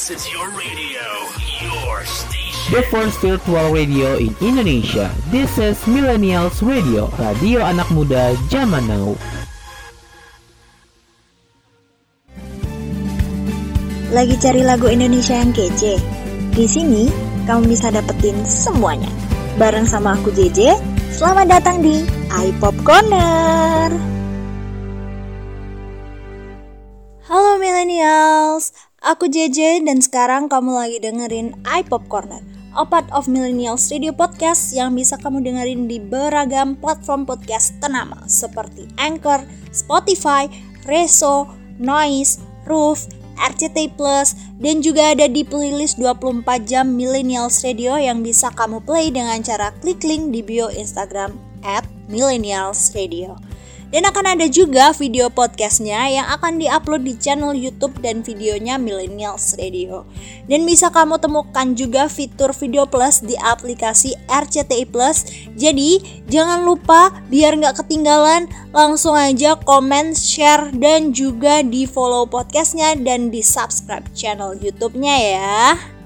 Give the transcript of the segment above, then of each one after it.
This is your radio, your station. The first virtual radio in Indonesia. This is Millennials Radio, radio anak muda zaman now. Lagi cari lagu Indonesia yang kece? Di sini kamu bisa dapetin semuanya. Bareng sama aku JJ, selamat datang di iPop Corner. Halo Millennials, aku JJ dan sekarang kamu lagi dengerin iPop Corner, a part of Millennials Radio Podcast yang bisa kamu dengerin di beragam platform podcast ternama seperti Anchor, Spotify, Reso, Noise, Roof, RCTI Plus, dan juga ada di playlist 24 jam Millennials Radio yang bisa kamu play dengan cara klik link di bio Instagram @millennialsradio. Dan akan ada juga video podcastnya yang akan diupload di channel YouTube dan videonya Millennials Radio. Dan bisa kamu temukan juga fitur Video Plus di aplikasi RCTI Plus. Jadi jangan lupa biar gak ketinggalan, langsung aja komen, share, dan juga di follow podcastnya dan di subscribe channel YouTube-nya ya.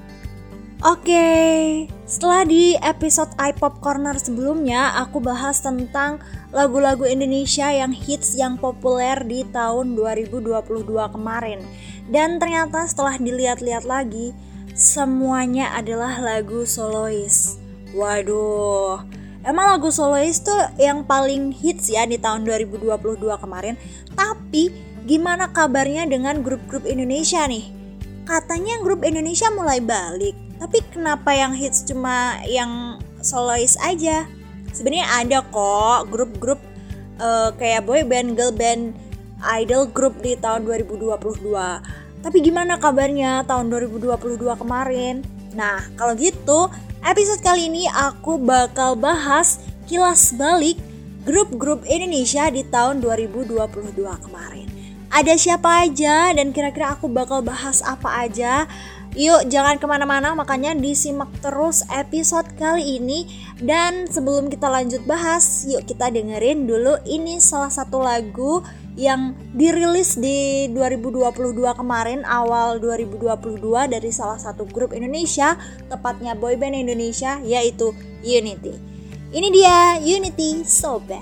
Oke, setelah di episode iPop Corner sebelumnya aku bahas tentang lagu-lagu Indonesia yang hits yang populer di tahun 2022 kemarin. Dan ternyata setelah dilihat-lihat lagi, semuanya adalah lagu solois. Waduh, emang lagu solois tuh yang paling hits ya di tahun 2022 kemarin. Tapi gimana kabarnya dengan grup-grup Indonesia nih? Katanya grup Indonesia mulai balik, tapi kenapa yang hits cuma yang solois aja? Sebenarnya ada kok grup-grup kayak boy band, girl band, idol group di tahun 2022. Tapi gimana kabarnya tahun 2022 kemarin? Nah, kalau gitu, episode kali ini aku bakal bahas kilas balik grup-grup Indonesia di tahun 2022 kemarin. Ada siapa aja dan kira-kira aku bakal bahas apa aja? Yuk jangan kemana-mana, makanya disimak terus episode kali ini. Dan sebelum kita lanjut bahas, yuk kita dengerin dulu ini salah satu lagu yang dirilis di 2022 kemarin, awal 2022 dari salah satu grup Indonesia, tepatnya boyband Indonesia, yaitu Unity. Ini dia Unity, So Bad.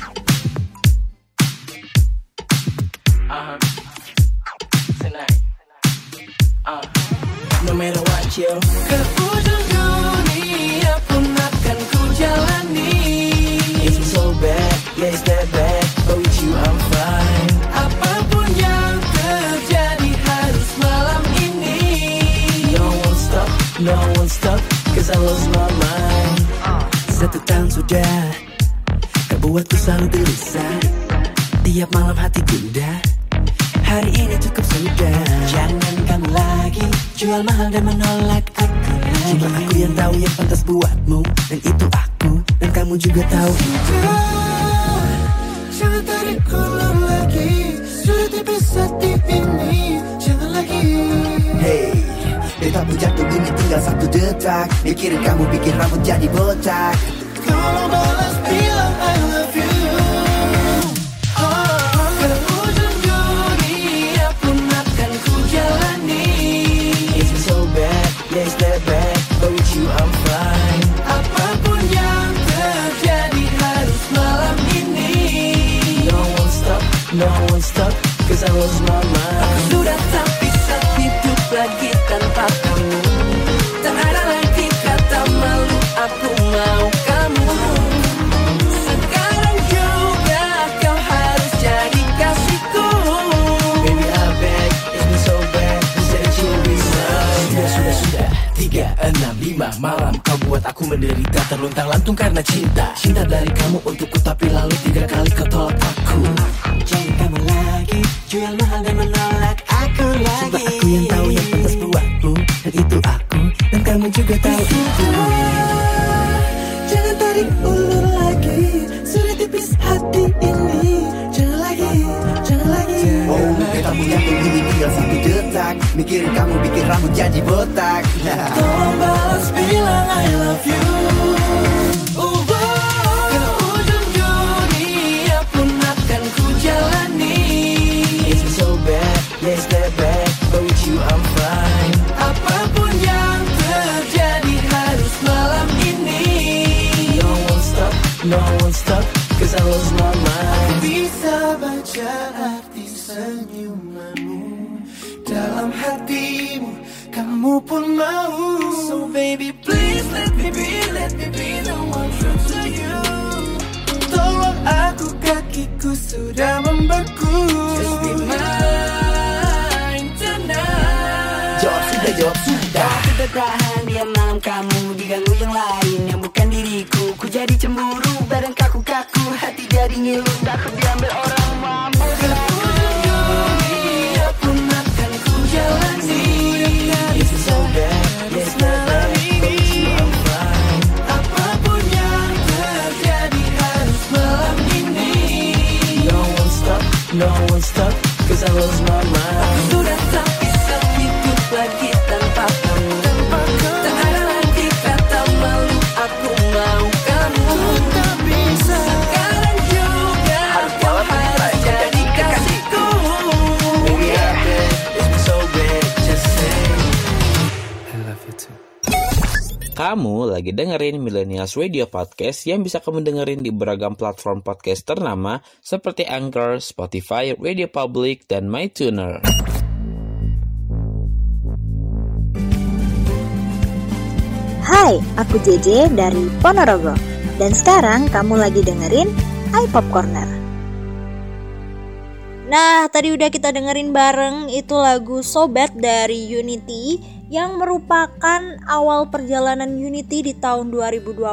Tonight. No matter what yo, ke ujung dunia pun akan ku jalani. It's so bad, yeah it's that bad, but with you I'm fine. Apapun yang terjadi harus malam ini. No one stop, cause I lost my mind. 1 tahun sudah, kau buatku selalu gelisah. Tiap malam hati gundah, hari ini cukup sudah. Jangan kamu lagi jual mahal dan menolak aku lagi. Cuma aku yang tahu yang pantas buatmu, dan itu aku, dan kamu juga tahu itu. Jangan tarik ulur lagi, sudah tipis hati ini. Jangan lagi. Hey, beta pun jatuh ini tinggal 1 detak. Mikirin kamu bikin rambut jadi botak. Kalau balas bilang I love you. Yes, that bad, but with you I'm fine. Apapun yang terjadi harus malam ini. No one stop, cause I lost my mind. Aku sudah tak bisa hidup lagi tanpa kamu. Tak ada lagi kata malu, aku mau kamu. Sekarang juga kau harus jadi kasihku. Baby I beg, it's been so bad, you said you'll be mine. Sudah 3, 6, 5 malam kau buat aku menderita, terluntang-lantung karena cinta. Cinta dari kamu untukku, tapi lalu 3 kali kau tolak aku. Jangan kamu lagi jual mahal dan menolak aku lagi. Cuma aku yang tahu yang pantas buatmu, dan itu aku, dan kamu juga tahu itu. Jangan tarik ulur lagi, sudah tipis hati ini. Jangan lagi. Oh, kita punya ini tinggal 1 detak. Mikirin kamu bikin rambut jadi botak. Tolong balas bilang I love you. Ke ujung dunia pun akan ku jalani. It's so bad, yes that bad, but with you I'm fine. dalam hatimu, kamu pun mau. So baby please let me be the one true to you. Tolong aku, kakiku sudah membeku. Just be mine tonight. Jawab sudah. Aku tidak tahan diam malam kamu diganggu yang lain yang bukan diriku. Ku jadi cemburu, badan kaku-kaku, hati jadi ngilu, takut diambil orang mampu. Ke ujung dunia pun akan ku jalani. It's so bad, yes malam ini. I'm fine. Apapun yang terjadi harus malam ini. No one stop, cause I lost my mind. Aku sudah tak bisa hidup lagi tanpa kamu. Tak ada lagi kata malu, aku mau kamu. Tak bisa. Sekarang juga kau harus jadi kasihku. Baby I bet it's been so bad. Just say I love you too. Kamu lagi dengerin Millennials Radio Podcast yang bisa kamu dengerin di beragam platform podcast ternama seperti Anchor, Spotify, Radio Public, dan MyTuner. Hai, aku JJ dari Ponorogo. Dan sekarang kamu lagi dengerin iPop Corner. Nah, tadi udah kita dengerin bareng itu lagu So Bad dari Unity yang merupakan awal perjalanan Unity di tahun 2022.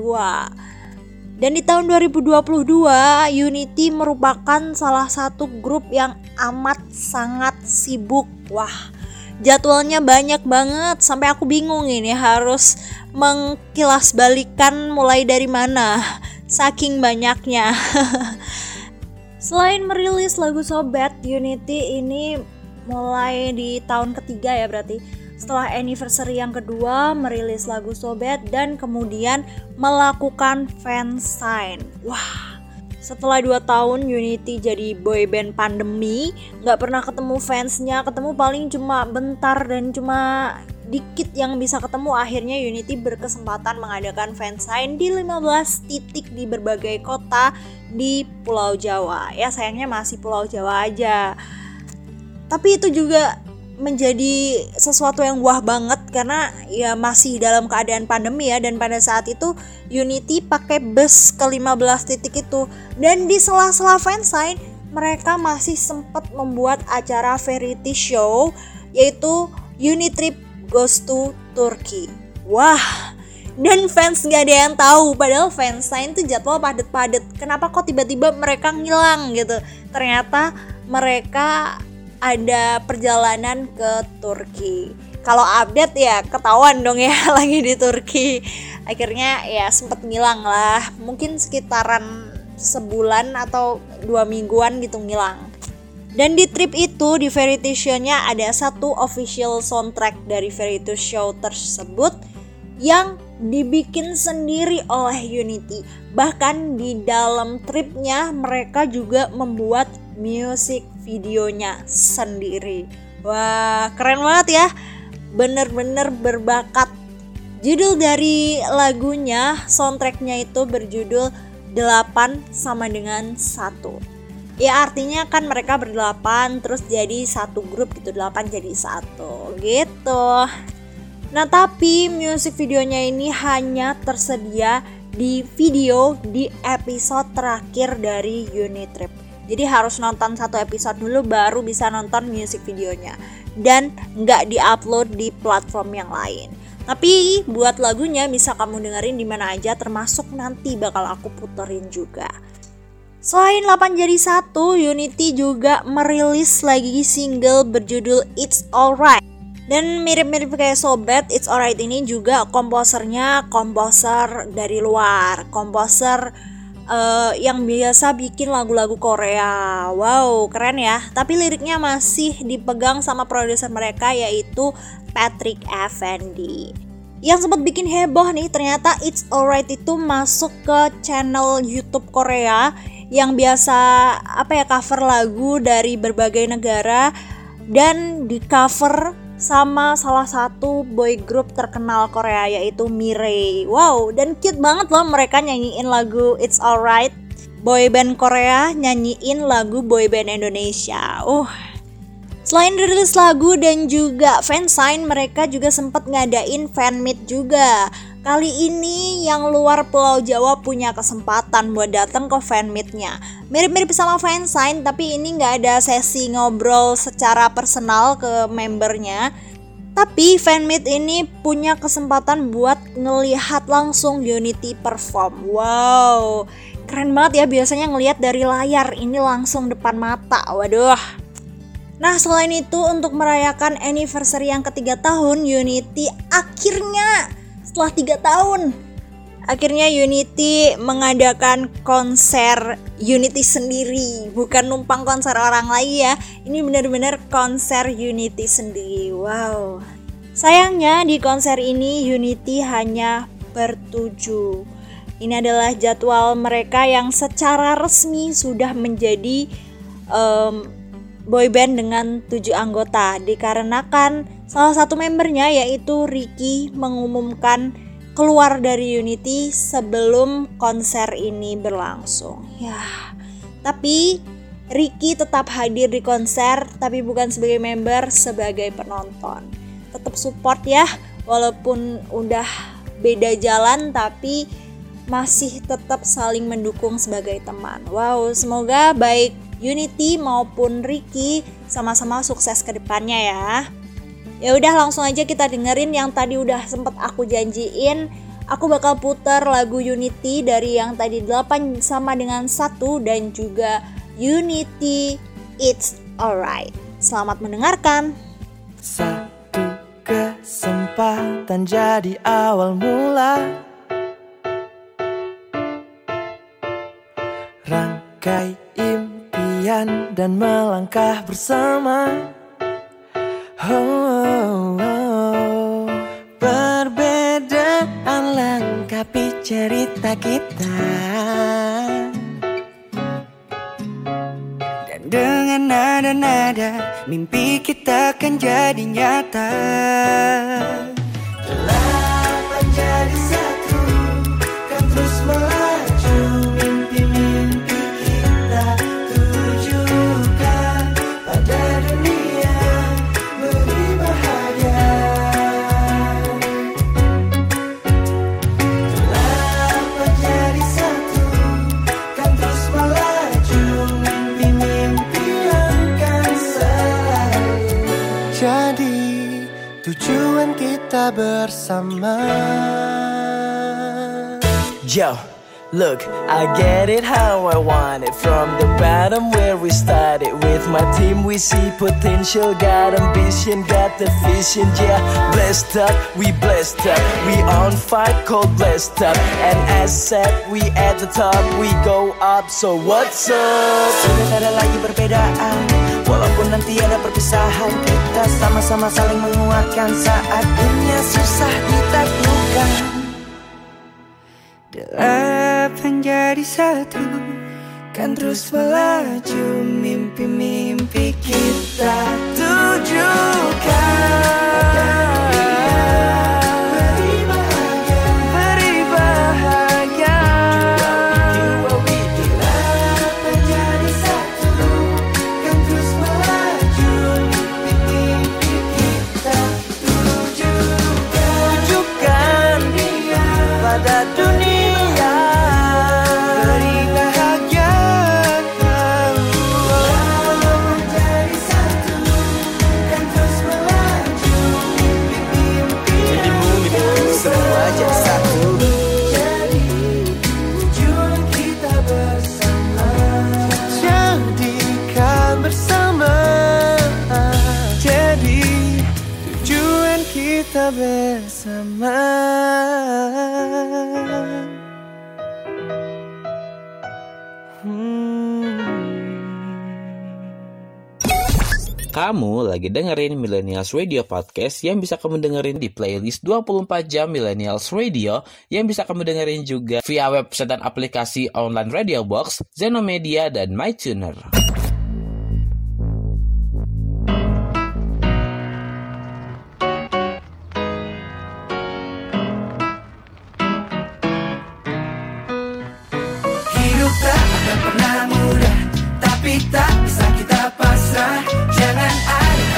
Dan di tahun 2022, Unity merupakan salah satu grup yang amat sangat sibuk. Wah, jadwalnya banyak banget sampai aku bingung ini harus mengkilas balikan mulai dari mana. Saking banyaknya. Selain merilis lagu So Bad, Unity ini mulai di tahun ketiga ya berarti. Setelah anniversary yang kedua, merilis lagu So Bad dan kemudian melakukan fansign. Wah, setelah 2 tahun Unity jadi boyband pandemi, gak pernah ketemu fansnya, ketemu paling cuma bentar dan cuma dikit yang bisa ketemu. Akhirnya Unity berkesempatan mengadakan fansign di 15 titik di berbagai kota di Pulau Jawa. Ya sayangnya masih Pulau Jawa aja. Tapi itu juga menjadi sesuatu yang wah banget karena ya masih dalam keadaan pandemi ya. Dan pada saat itu Unity pakai bus ke 15 titik itu. Dan di sela-sela fansign mereka masih sempat membuat acara variety show yaitu Unitrip Goes to Turkey. Wah, dan fans gak ada yang tahu padahal fansign tuh jadwal padet-padet. Kenapa kok tiba-tiba mereka ngilang gitu? Ternyata mereka ada perjalanan ke Turki. Kalau update ya ketahuan dong ya lagi di Turki. Akhirnya ya sempet ngilang lah. Mungkin sekitaran sebulan atau 2 mingguan gitu ngilang. Dan di trip itu di variety show-nya ada satu official soundtrack dari variety show tersebut yang dibikin sendiri oleh Unity. Bahkan di dalam tripnya mereka juga membuat music videonya sendiri. Wah, keren banget ya. Bener-bener berbakat. Judul dari lagunya, soundtracknya itu berjudul 8 sama dengan 1. Ya artinya kan mereka berdelapan terus jadi satu grup gitu, 8 jadi 1 gitu. Nah tapi music videonya ini hanya tersedia di video di episode terakhir dari Unitrip. Jadi harus nonton 1 episode dulu baru bisa nonton music videonya. Dan nggak di-upload di platform yang lain. Tapi buat lagunya bisa kamu dengerin di mana aja, termasuk nanti bakal aku puterin juga. Selain 8 jadi 1, Unity juga merilis lagi single berjudul It's Alright. Dan mirip-mirip kayak So Bad, It's Alright ini juga komposernya komposer dari luar. Komposer yang biasa bikin lagu-lagu Korea. Wow, keren ya. Tapi liriknya masih dipegang sama produser mereka yaitu Patrick Effendi. Yang sempat bikin heboh nih, ternyata It's Alright itu masuk ke channel YouTube Korea yang biasa cover lagu dari berbagai negara dan di cover sama salah satu boy group terkenal Korea yaitu Mirai. Wow, dan cute banget loh mereka nyanyiin lagu It's Alright. Boy band Korea nyanyiin lagu boy band Indonesia. Selain rilis lagu dan juga fansign, mereka juga sempat ngadain fanmeet juga. Kali ini yang luar Pulau Jawa punya kesempatan buat datang ke fanmeetnya. Mirip-mirip sama fansign, tapi ini nggak ada sesi ngobrol secara personal ke membernya. Tapi fanmeet ini punya kesempatan buat ngelihat langsung Unity perform. Wow, keren banget ya, biasanya ngelihat dari layar, ini langsung depan mata. Waduh. Nah, selain itu untuk merayakan anniversary yang ke-3 tahun Unity, setelah 3 tahun akhirnya Unity mengadakan konser Unity sendiri. Bukan numpang konser orang lagi ya, ini benar-benar konser Unity sendiri. Wow. Sayangnya di konser ini Unity hanya bertujuh. Ini adalah jadwal mereka yang secara resmi sudah menjadi boyband dengan 7 anggota, dikarenakan salah satu membernya yaitu Ricky mengumumkan keluar dari Unity sebelum konser ini berlangsung. Ya, tapi Ricky tetap hadir di konser, tapi bukan sebagai member, sebagai penonton. Tetap support ya, walaupun udah beda jalan tapi masih tetap saling mendukung sebagai teman. Wow, semoga baik Unity maupun Ricky sama-sama sukses ke depannya ya. Ya udah, langsung aja kita dengerin yang tadi udah sempet aku janjiin. Aku bakal putar lagu Unity dari yang tadi 8 sama dengan 1 dan juga Unity It's Alright. Selamat mendengarkan. Satu kesempatan jadi awal mula, rangkai impian dan melangkah bersama. Perbedaan lengkapi cerita kita, dan dengan nada-nada mimpi kita kan jadi nyata. Delapan jadi satu, kan terus melaju. Mimpi-mimpi kita tujukan pada dunia, beri bahagia. Delapan jadi satu, kan terus melaju. Mimpi-mimpi akan selalu jadi tujuan kita bersama. Yo, look, I get it how I want it. From the bottom where we started. With my team we see potential. Got ambition, got the vision. Yeah, blessed up, we blessed up. We on fight, cold blessed up. And as said, we at the top, we go up. So what's up? Sudah ada lagi perbedaan, walaupun nanti ada perpisahan. Kita sama-sama saling menguatkan saat dunia susah ditaklukkan. Delapan jadi satu, kan terus melaju. Mimpi-mimpi kita tujukan. Beri bahagia. Delapan jadi satu, kan terus melaju. Mimpi-mimpi kita tujukan pada dunia. Kita bersama. Kamu lagi dengerin Millennials Radio Podcast yang bisa kamu dengerin di playlist 24 jam Millennials Radio, yang bisa kamu dengerin juga via website dan aplikasi online Radio Box, Zenomedia, dan MyTuner. Hidup tak akan pernah mudah, tapi tak bisa kita pasrah. Jangan ada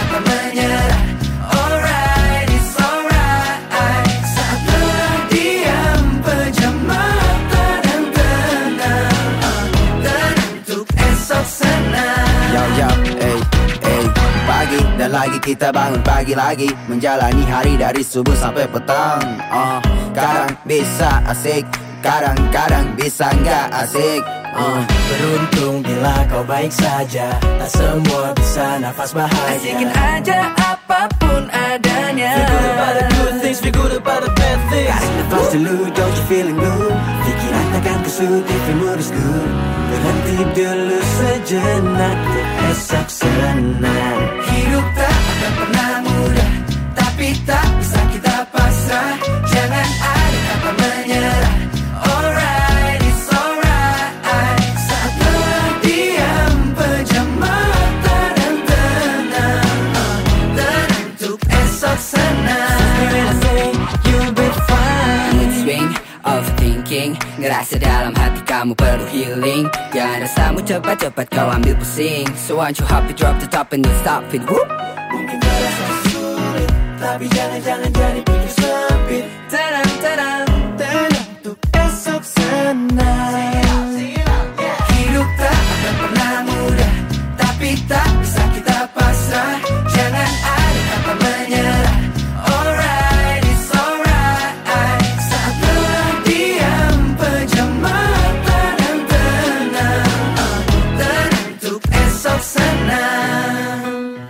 kita bangun pagi lagi, menjalani hari dari subuh sampai petang. Kadang bisa asik, kadang-kadang bisa nggak asik. Beruntung bila kau baik saja, tak semua bisa nafas bahagia. Asikin aja apapun adanya. Feel good about the good things, feel good about the bad things. Tarik nafas dulu, don't you feeling blue? Pikiran takkan kusut if your mood is good. Berhenti dulu sejenak, untuk esok senang. Hidup tak akan pernah mudah, tapi tak bisa kita pasrah. Jangan ada kata menyerah. Alright, it's alright. Saat lelah diam, pejam mata dan tenang. Tenang untuk esok senang. When I say you'll be fine. Mood swing, overthinking, ngerasa dalam hati kamu perlu healing. Jangan rasamu cepat-cepat kau ambil pusing. So once you happy, drop the top and don't stop it. Whoop. Mungkin terasa sulit, tapi jangan jadi pikir sempit. Tenang, tenang, Tenang untuk esok senang. hidup tak akan pernah mudah, tapi tak bisa kita pasrah. Jangan ada kata menyerah. Alright, it's alright. Saat lelah diam, pejam mata dan tenang. Tenang untuk esok senang.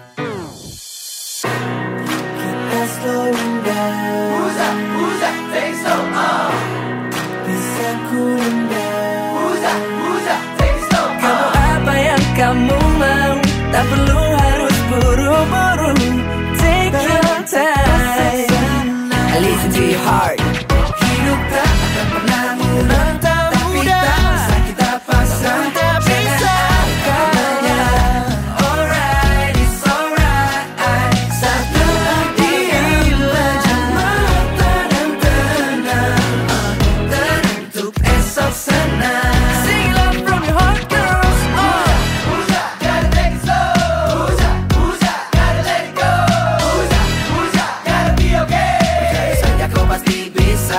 Kita slowing down. Take so long. Bisa cooling down. Take so Kamu apa yang kamu mau, tak perlu harus buru-buru. Take your time. Listen to your heart. Hidup tak akan pernah mudah, tapi tak bisa kita pasrah. Jangan ada menyerah. Alright, it's alright. Saat lelah diam, pejam mata dan tenang. Tenang untuk esok senang. Sing it out from your heart, girls. Gotta take it slow. Gotta let it go. Gotta be okay. Saja kau pasti bisa.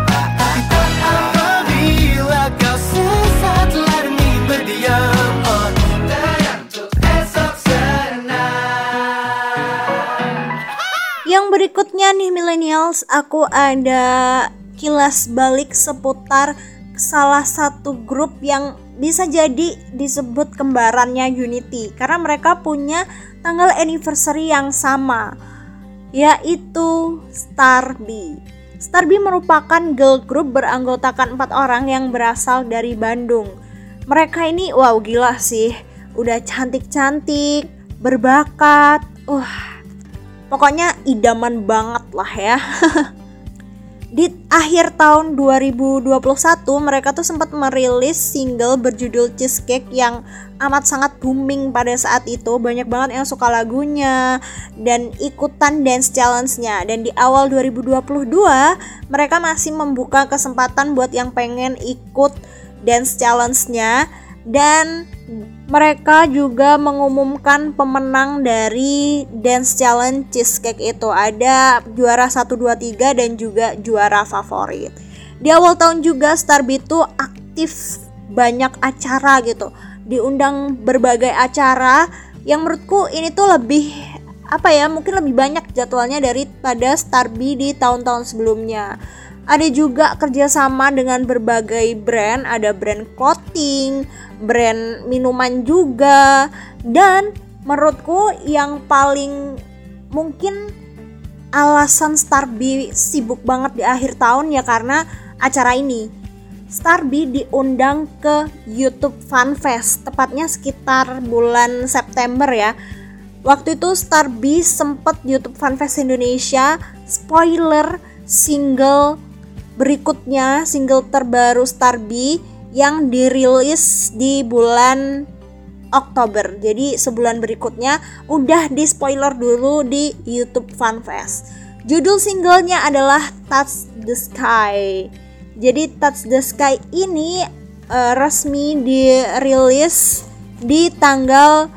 Apabila kau sesat, let me berdiam. Tenang untuk esok senang. Yang berikutnya nih millennials, aku ada kilas balik seputar salah satu grup yang bisa jadi disebut kembarannya Unity karena mereka punya tanggal anniversary yang sama, yaitu Starby. Starby merupakan girl group beranggotakan 4 orang yang berasal dari Bandung. Mereka ini wow gila sih, udah cantik-cantik, berbakat, pokoknya idaman banget lah ya. Di akhir tahun 2021 mereka tuh sempat merilis single berjudul Cheesecake yang amat sangat booming pada saat itu. Banyak banget yang suka lagunya dan ikutan dance challenge-nya. Dan di awal 2022 mereka masih membuka kesempatan buat yang pengen ikut dance challenge-nya. Dan mereka juga mengumumkan pemenang dari dance challenge Cheesecake itu. Ada juara 1, 2, 3 dan juga juara favorit. Di awal tahun juga Starby itu aktif banyak acara gitu, diundang berbagai acara yang menurutku ini tuh lebih mungkin lebih banyak jadwalnya daripada Starby di tahun-tahun sebelumnya. Ada juga kerjasama dengan berbagai brand, ada brand clothing, brand minuman juga. Dan menurutku yang paling mungkin alasan Starby sibuk banget di akhir tahun ya karena acara ini. Starby diundang ke YouTube Fan Fest, tepatnya sekitar bulan September ya. Waktu itu Starby sempet YouTube Fan Fest Indonesia, spoiler single berikutnya, single terbaru Starby yang dirilis di bulan Oktober. Jadi sebulan berikutnya udah di spoiler dulu di YouTube Fan Fest. Judul singlenya adalah Touch the Sky. Jadi Touch the Sky ini resmi dirilis di tanggal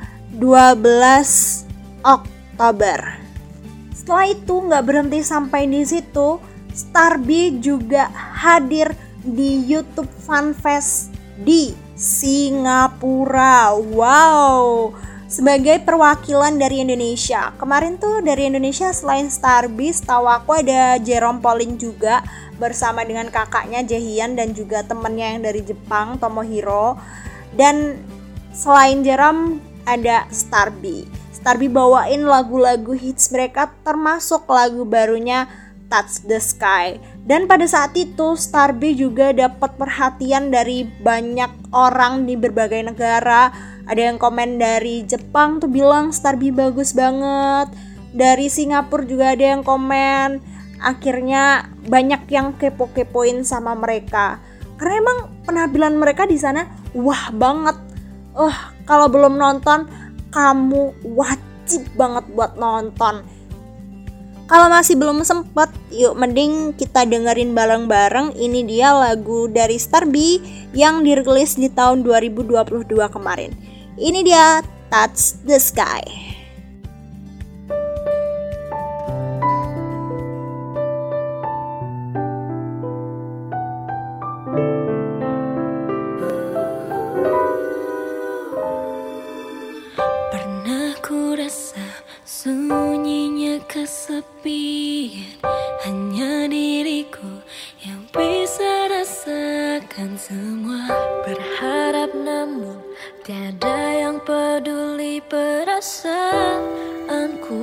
12 Oktober. Setelah itu nggak berhenti sampai di situ, Starby juga hadir di YouTube Fan Fest di Singapura. Wow, sebagai perwakilan dari Indonesia. Kemarin tuh dari Indonesia selain Starby, setahu aku ada Jerome Pauline juga bersama dengan kakaknya Jaehyun dan juga temennya yang dari Jepang, Tomohiro. Dan selain Jerome ada Starby. Starby bawain lagu-lagu hits mereka termasuk lagu barunya Touch the Sky. Dan pada saat itu Starby juga dapat perhatian dari banyak orang di berbagai negara. Ada yang komen dari Jepang tuh bilang Starby bagus banget. Dari Singapura juga ada yang komen. Akhirnya banyak yang kepo-kepoin sama mereka. Karena emang penampilan mereka di sana wah banget. Kalau belum nonton, kamu wajib banget buat nonton. Kalau masih belum sempet, yuk mending kita dengerin bareng-bareng. Ini dia lagu dari Starby yang dirilis di tahun 2022 kemarin. Ini dia Touch the Sky. Pernah ku rasa sunyinya kesepian, hanya diriku yang bisa rasakan semua. Berharap namun tiada yang peduli perasaanku.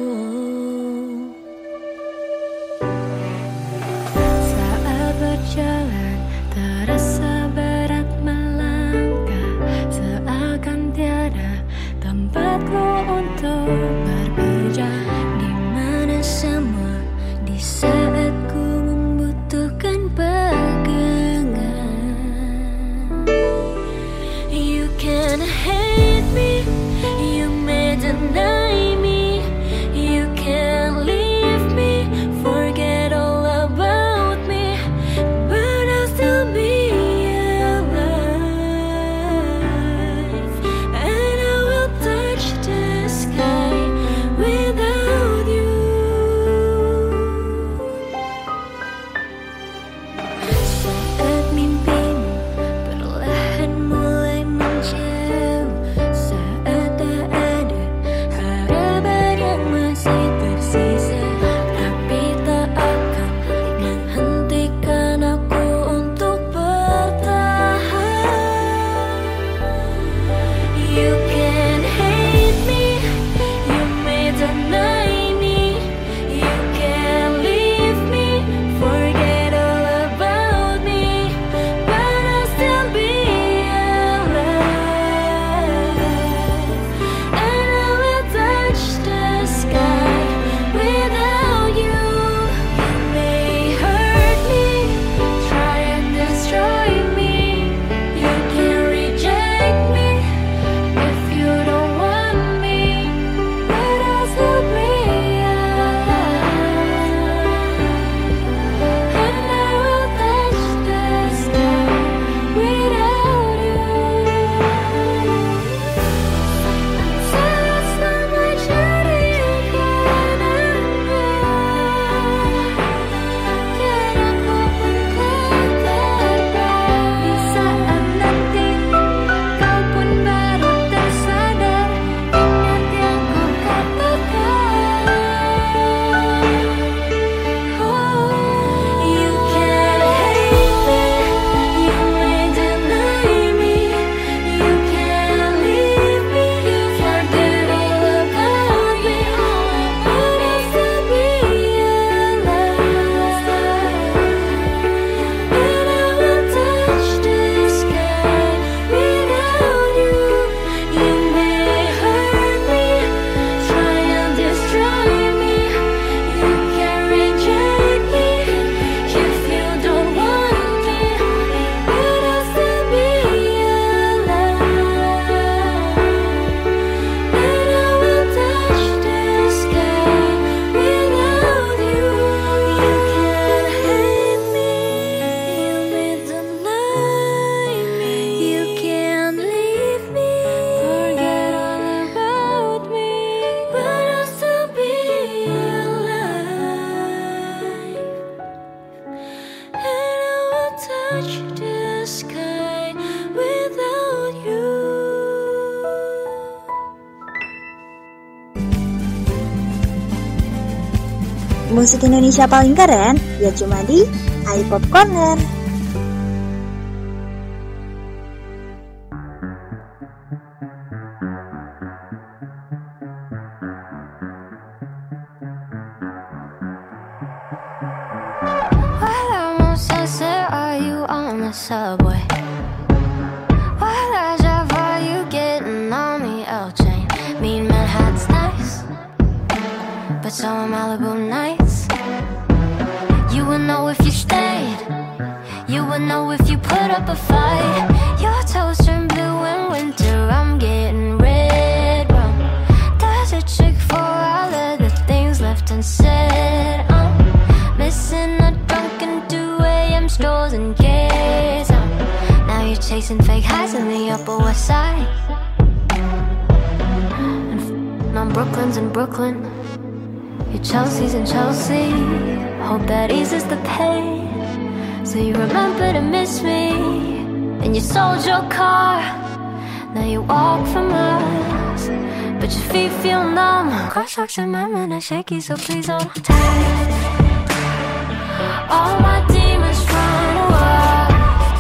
Saat berjalan terasa berat melangkah, seakan tiada tempatku untuk berpijak. Di mana semua di saat ku membutuhkan pegangan. You can hate me, you may deny me, you can Musik Indonesia paling keren ya cuma di iPop Corner. While I'm on Sunset, are you on the subway? While I drive, are you getting on the L train? Mean Manhattan's nice, but so are Malibu nights. You would know if you stayed. You would know if you put up a fight. Your toes turn blue in winter. I'm getting red rum. Does a chick for all of the things left unsaid? I'm missing a drunken 2 a.m. strolls and gays. Now you're chasing fake highs in the Upper West Side. And on Brooklyn's in Brooklyn. Your Chelsea's in Chelsea. Hope that eases the pain, so you remember to miss me. And you sold your car. Now you walk for miles, but your feet feel numb. Crosswalks and my mind are shaky, so please hold on tight. All my demons run wild.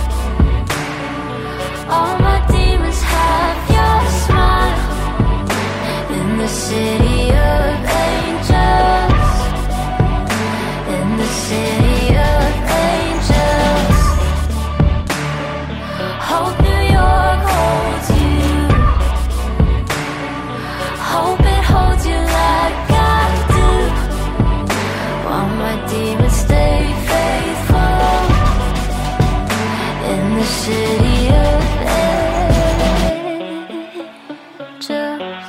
All my demons have your smile. In the city of angels. In the city of angels. Hope New York holds you. Hope it holds you like I do. While my demons stay faithful. In the city of angels.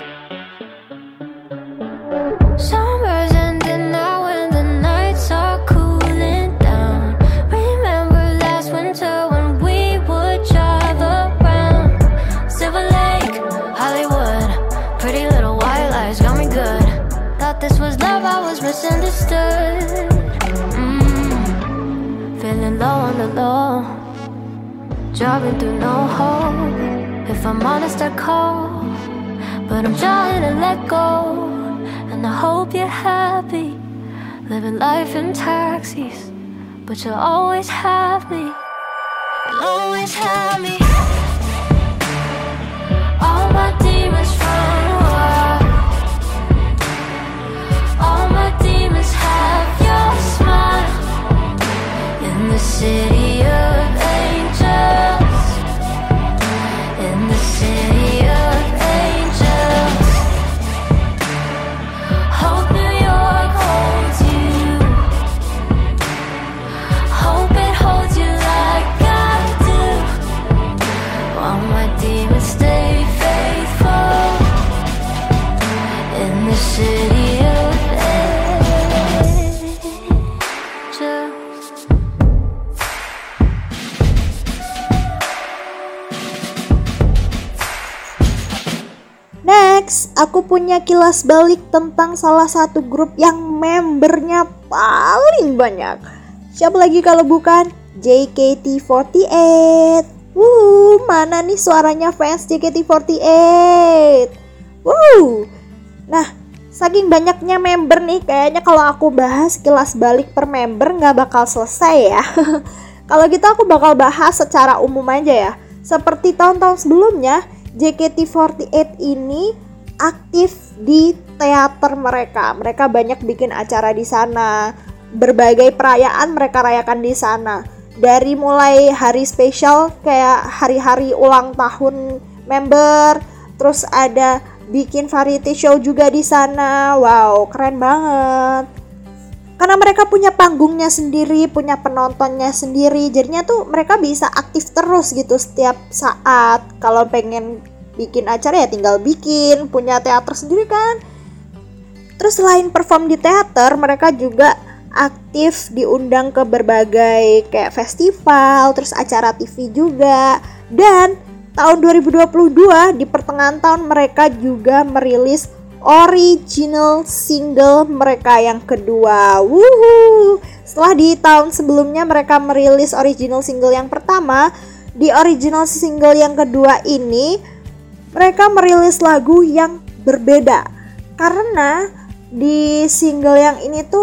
Summer's ending now and the nights are cooling down. Remember last winter when we would drive around Silver Lake, Hollywood. Pretty little white lies got me good. Thought this was love, I was misunderstood. Feeling low on the low, driving through no hope. If I'm honest, I call, but I'm trying to let go. And I hope you're happy, living life in taxis, but you'll always have me. You'll always have me. All my demons run wild. All my demons have your smile. In the city of angels. In the city of angels. Hope New York holds you. Hope it holds you like I do. While my demons stay faithful. In the city of angels. Next, aku punya kilas balik tentang salah satu grup yang membernya paling banyak. Siapa lagi kalau bukan JKT48. Mana nih suaranya fans JKT48? Nah, saking banyaknya member nih, kayaknya kalau aku bahas kilas balik per member nggak bakal selesai ya. Kalau gitu aku bakal bahas secara umum aja ya. Seperti tahun-tahun sebelumnya, JKT48 ini aktif di teater mereka. Mereka banyak bikin acara di sana. Berbagai perayaan mereka rayakan di sana. Dari mulai hari spesial kayak hari-hari ulang tahun member, terus ada bikin variety show juga di sana. Wow, keren banget. Karena mereka punya panggungnya sendiri, punya penontonnya sendiri, jadinya tuh mereka bisa aktif terus gitu setiap saat. Kalau pengen bikin acara ya tinggal bikin, punya teater sendiri kan. Terus selain perform di teater, mereka juga aktif diundang ke berbagai kayak festival, terus acara TV juga. Dan tahun 2022 di pertengahan tahun mereka juga merilis original single mereka yang kedua. Setelah di tahun sebelumnya mereka merilis original single yang pertama, di original single yang kedua ini mereka merilis lagu yang berbeda. Karena di single yang ini tuh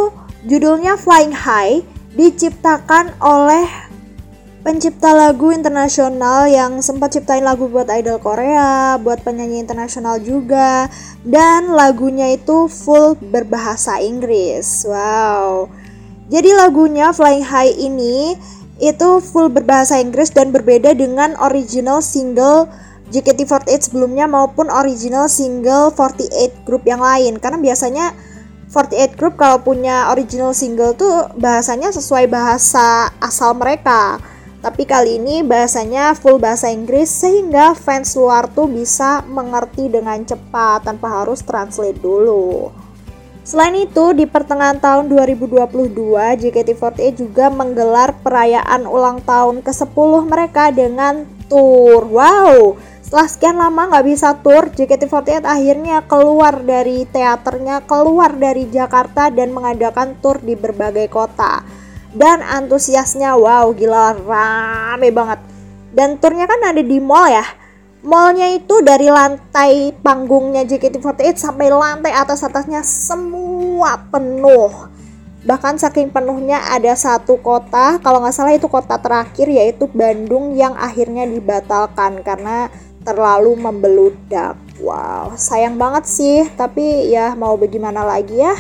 Judulnya Flying High, diciptakan oleh pencipta lagu internasional yang sempat ciptain lagu buat idol Korea, buat penyanyi internasional juga, dan lagunya itu full berbahasa Inggris. Wow. Jadi lagunya Flying High ini itu full berbahasa Inggris dan berbeda dengan original single JKT48 sebelumnya maupun original single 48 Group yang lain. Karena biasanya 48 Group kalau punya original single tuh bahasanya sesuai bahasa asal mereka. Tapi kali ini bahasanya full bahasa Inggris sehingga fans luar tuh bisa mengerti dengan cepat tanpa harus translate dulu. Selain itu, di pertengahan tahun 2022, JKT48 juga menggelar perayaan ulang tahun ke-10 mereka dengan tour. Wow, setelah sekian lama gak bisa tour, JKT48 akhirnya keluar dari teaternya, keluar dari Jakarta dan mengadakan tour di berbagai kota. Dan antusiasnya wow gila rame banget. Dan turnya kan ada di mall ya. Mallnya itu dari lantai panggungnya JKT48 sampai lantai atas-atasnya semua penuh. Bahkan saking penuhnya ada satu kota, kalau gak salah itu kota terakhir yaitu Bandung yang akhirnya dibatalkan karena terlalu membeludak. Wow, sayang banget sih, tapi ya mau bagaimana lagi ya.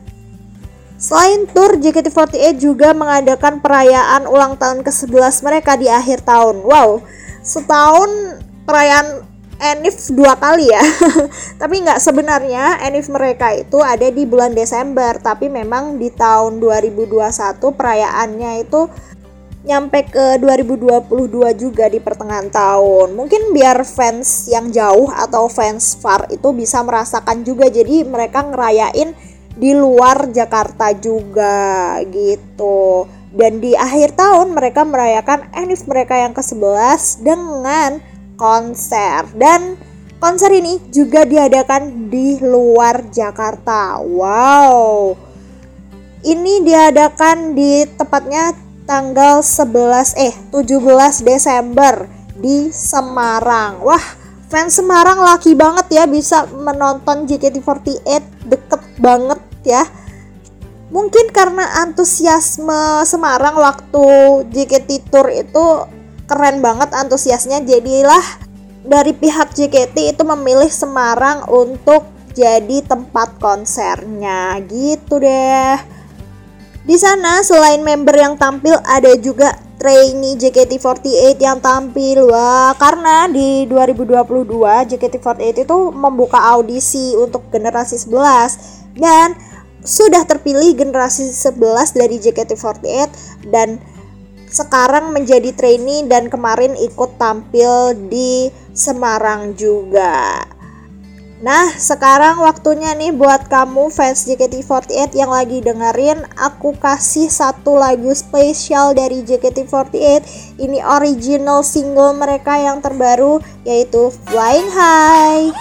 Selain tour, JKT48 juga mengadakan perayaan ulang tahun ke-11 mereka di akhir tahun. Wow, setahun perayaan Enif 2 kali ya. Tapi nggak, sebenarnya Enif mereka itu ada di bulan Desember. Tapi memang di tahun 2021 perayaannya itu nyampe ke 2022 juga di pertengahan tahun. Mungkin biar fans yang jauh atau fans far itu bisa merasakan juga. Jadi mereka ngerayain di luar Jakarta juga gitu. Dan di akhir tahun mereka merayakan Enif mereka yang ke-11 dengan konser. Dan konser ini juga diadakan di luar Jakarta. Wow. Ini diadakan di tepatnya tanggal 17 Desember di Semarang. Wah, fans Semarang laki banget ya bisa menonton JKT48, deket banget ya. Mungkin karena antusiasme Semarang waktu JKT Tour itu keren banget antusiasnya, jadilah dari pihak JKT itu memilih Semarang untuk jadi tempat konsernya gitu deh. Di sana selain member yang tampil ada juga trainee JKT48 yang tampil. Wah, karena di 2022 JKT48 itu membuka audisi untuk generasi 11 dan sudah terpilih generasi 11 dari JKT48 dan sekarang menjadi trainee dan kemarin ikut tampil di Semarang juga. Nah, sekarang waktunya nih buat kamu fans JKT48 yang lagi dengerin, aku kasih satu lagu spesial dari JKT48. Ini original single mereka yang terbaru yaitu Flying High.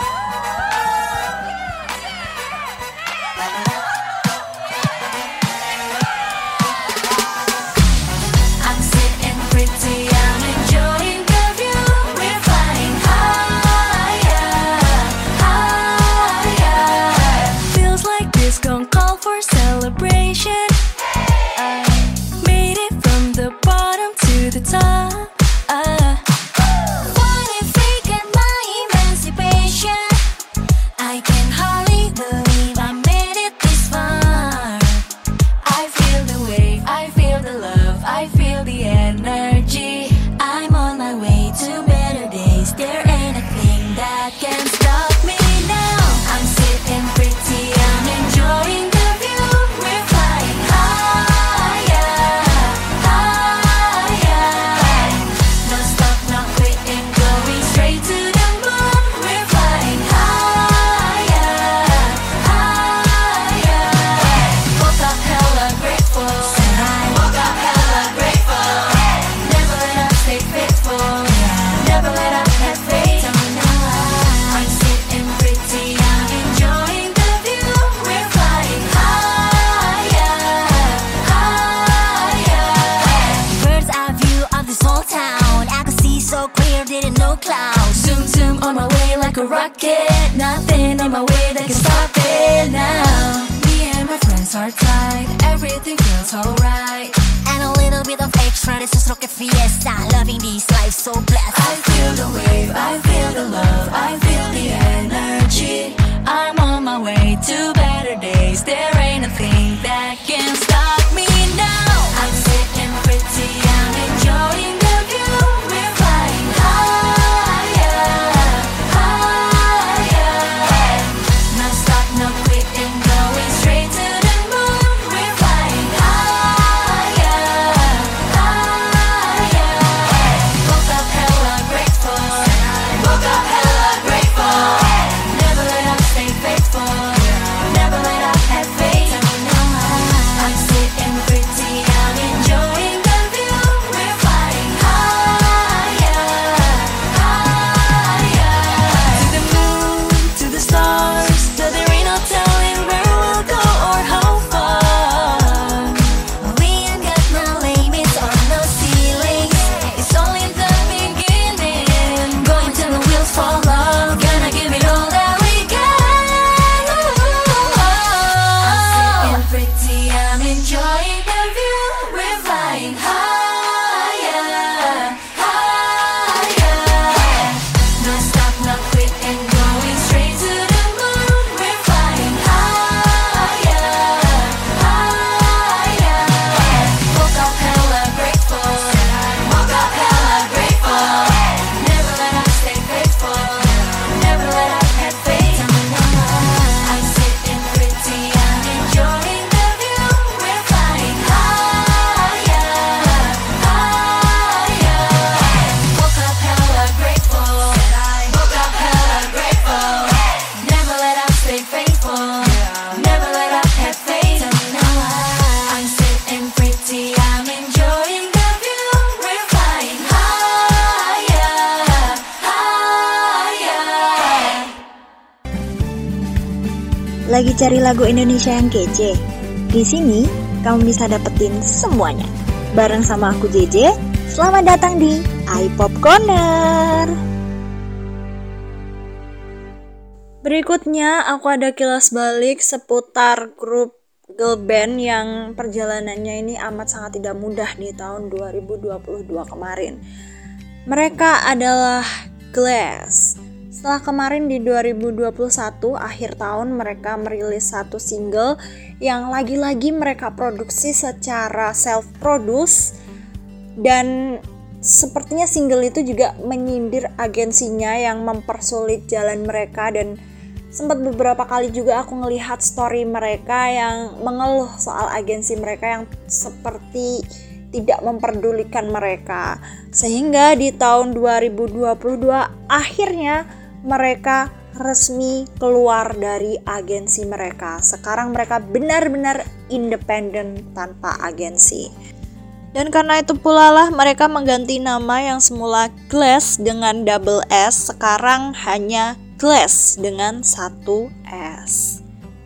like a rocket. Nothing in my way that can stop it now. Me and my friends are are tight, everything feels alright. And a little bit of extra, this is rocket fiesta. Loving this life so blessed. I feel the wave, I feel the love, I feel the energy. I'm on my way to better days. There ain't a thing that can stop me now. I'm sitting pretty, I'm enjoying the view. We're flying higher, higher. No stop, no quitting, going straight to the moon. We're flying higher, higher. Woke up hella grateful, woke up hella grateful. Never let up, stay faithful, never let up, have faith. I'm sitting pretty, I'm enjoying the view. We're flying higher, higher. To the moon, to the stars, till there ain't no telling where we'll go or how far. We ain't got no limits or no ceilings. It's only the beginning. Going till the wheels fall off. Gonna give it all that we got. I'm sitting pretty, I'm enjoying the view. We're flying higher, higher. No stop, no quitting, going straight to the moon. We're flying higher, higher. Woke up hella grateful, woke up hella grateful. Never let up, stay faithful, never let up, have faith. I'm sitting pretty, I'm enjoying the view. We're flying higher, higher. Woke up hella grateful, woke up hella grateful. Never let up, stay faithful, never let up, have faith. I'm sitting pretty, I'm enjoying the view. We're flying higher, higher. Lagi cari lagu Indonesia yang kece? Di sini kamu bisa dapetin semuanya. Bareng sama aku JJ, selamat datang di iPop Corner. Berikutnya aku ada kilas balik seputar grup girl band yang perjalanannya ini amat sangat tidak mudah di tahun 2022 kemarin. Mereka adalah Glass. Setelah kemarin di 2021 akhir tahun mereka merilis satu single yang lagi-lagi mereka produksi secara self-produce, dan sepertinya single itu juga menyindir agensinya yang mempersulit jalan mereka. Dan sempat beberapa kali juga aku ngelihat story mereka yang mengeluh soal agensi mereka yang seperti tidak memperdulikan mereka, sehingga di tahun 2022 akhirnya mereka resmi keluar dari agensi mereka. Sekarang mereka benar-benar independen tanpa agensi. Dan karena itu pula lah mereka mengganti nama yang semula Glass dengan double S, sekarang hanya Glass dengan satu S.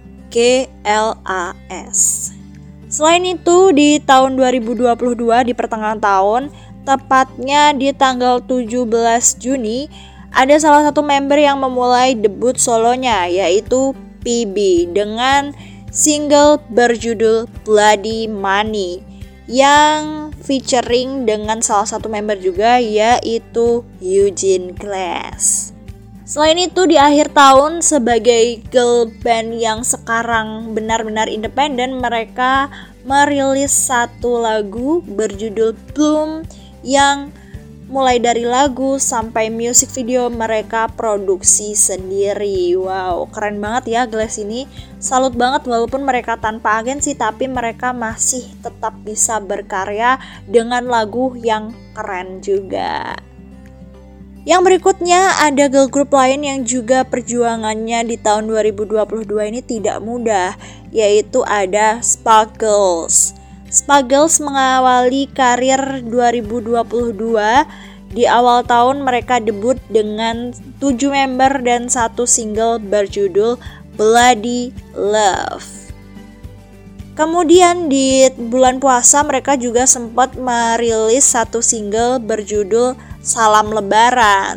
GLAS. Selain itu di tahun 2022 di pertengahan tahun, tepatnya di tanggal 17 Juni, ada salah satu member yang memulai debut solonya, yaitu PB dengan single berjudul Bloody Money yang featuring dengan salah satu member juga, yaitu Eugene Glass. Selain itu di akhir tahun sebagai girl band yang sekarang benar-benar independen, mereka merilis satu lagu berjudul Bloom yang mulai dari lagu sampai music video mereka produksi sendiri. Wow, keren banget ya Glass ini. Salut banget, walaupun mereka tanpa agensi tapi mereka masih tetap bisa berkarya dengan lagu yang keren juga. Yang berikutnya ada girl group lain yang juga perjuangannya di tahun 2022 ini tidak mudah, yaitu ada Sparkles. Sparkles mengawali karir 2022. Di awal tahun mereka debut dengan 7 member dan satu single berjudul Bloody Love. Kemudian di bulan puasa mereka juga sempat merilis satu single berjudul Salam Lebaran.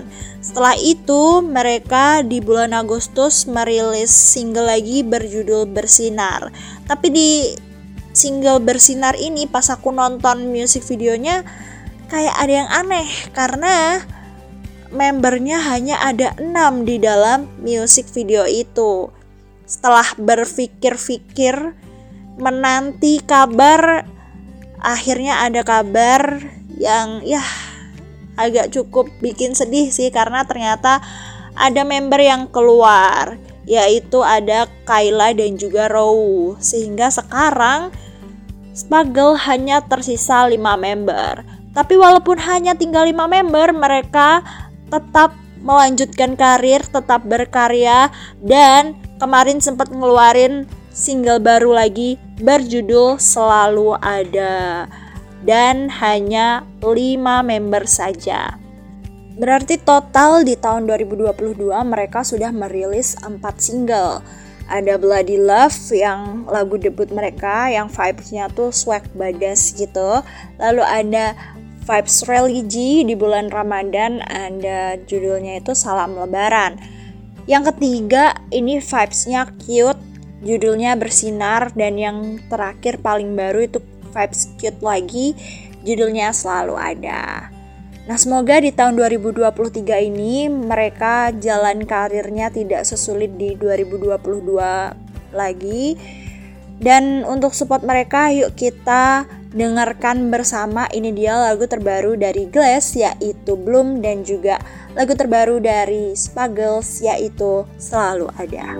Setelah itu mereka di bulan Agustus merilis single lagi berjudul Bersinar. Tapi di single Bersinar ini pas aku nonton music videonya kayak ada yang aneh karena membernya hanya ada 6 di dalam music video itu. Setelah berpikir-pikir menanti kabar, akhirnya ada kabar yang agak cukup bikin sedih sih, karena ternyata ada member yang keluar, yaitu ada Kyla dan juga Row. Sehingga sekarang Smuggle hanya tersisa 5 member. Tapi walaupun hanya tinggal 5 member, mereka tetap melanjutkan karir, tetap berkarya, dan kemarin sempat ngeluarin single baru lagi berjudul Selalu Ada. Dan hanya 5 member saja. Berarti total di tahun 2022 mereka sudah merilis 4 single. Ada Bloody Love yang lagu debut mereka yang vibes-nya tuh swag badas gitu. Lalu ada Vibes Religi di bulan Ramadan, ada judulnya itu Salam Lebaran. Yang ketiga ini vibes-nya cute, judulnya Bersinar. Dan yang terakhir paling baru itu vibes cute lagi, judulnya Selalu Ada. Nah, semoga di tahun 2023 ini mereka jalan karirnya tidak sesulit di 2022 lagi. Dan untuk support mereka, yuk kita dengarkan bersama. Ini dia lagu terbaru dari Glass yaitu Bloom, dan juga lagu terbaru dari Smuggles yaitu Selalu Ada.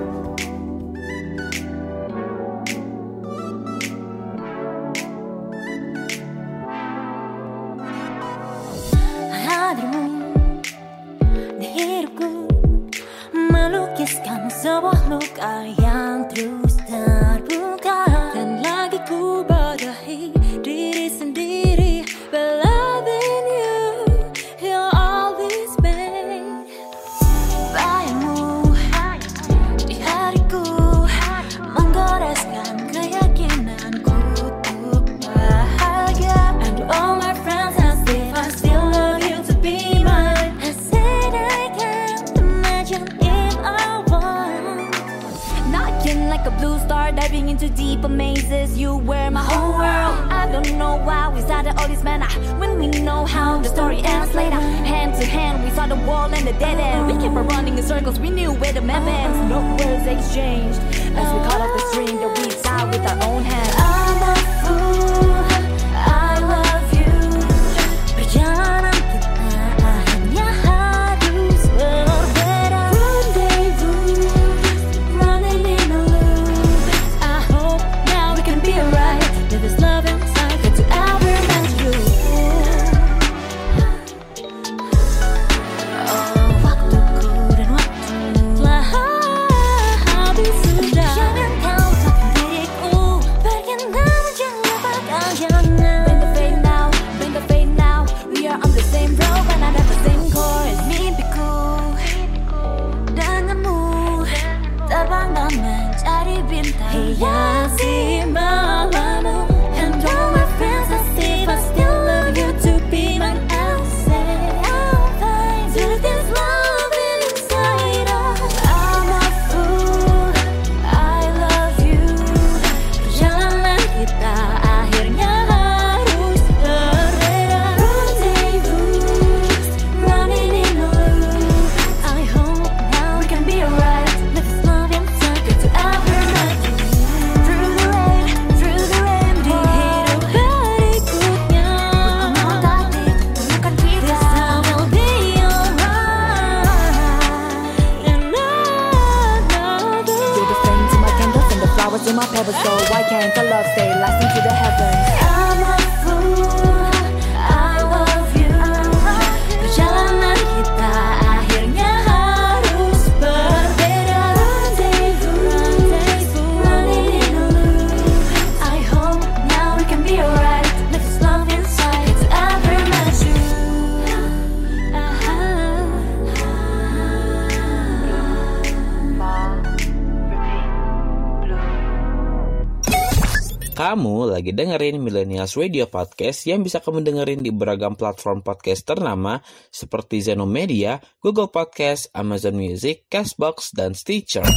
Hadirmu di hidupku melukiskan sebuah luka yang terus terbuka, dan lagi ku badahi diri sendiri. But loving you, you'll always be. Bayangmu di hariku menggoreskan keyakinanku untuk bahagia. And all my friends ask if I still love you to be mine. I said I can't imagine if I want. Knocking like a blue star, diving into deeper mazes. You were my whole world. I don't know why we started all this manner when we know how the story ends later. Hand to hand, we saw the wall and the dead end. We kept on running in circles, we knew where the map ends. No words exchanged as we cut off the string that we tied with our own hands. I'm a fool, I love you. Perjalanan kita akhirnya harus berbeda. Rendezvous, running in a loop. I hope now we can be alright. Live this love inside, get to ever met you. Oh, waktuku dan waktu telah habis sudah. Jangan kau takkan diriku, bagaimana jangan lupakan jangan. Bring the fade now, bring the fade now. We are on the same road but not at the same course. Mimpiku denganmu terbang dan mencari bintang, hiasi malammu. And all my friends ask if I still love you to be mine. I'll say I'm fine. To this love inside us. I'm a fool, I love you. Perjalanan kita akhirnya harus berbeda. Rendezvous, running in a loop. I hope now we can be alright. Live this love inside, get to ever met you. Through the rain, di hidup berikutnya. Berkembang tadi, temukan kita. This time will be alright. And another. You're the flame to my candles and the flowers in my pebbles. So why can't the love stay lasting to the heavens? I'm a fool, I love you. Perjalanan kita akhirnya harus berbeda. Rendezvous, running in a loop. I hope now we can be alright. Live this love inside, it's ever met you. Kamu lagi dengerin Millennials Radio Podcast yang bisa kamu dengerin di beragam platform podcast ternama seperti Zeno Media, Google Podcast, Amazon Music, Castbox, dan Stitcher.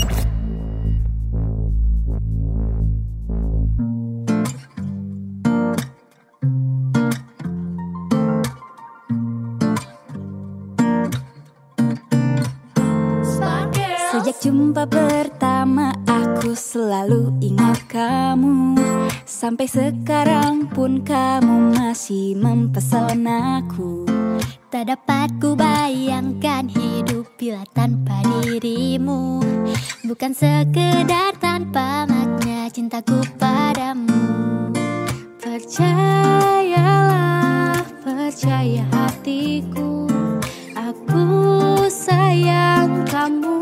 Sejak jumpa pertama aku selalu ingat kamu. Sampai sekarang pun kamu masih mempesonaku. Tak dapat ku bayangkan hidup bila tanpa dirimu. Bukan sekedar tanpa makna cintaku padamu. Percayalah, percaya hatiku, aku sayang kamu.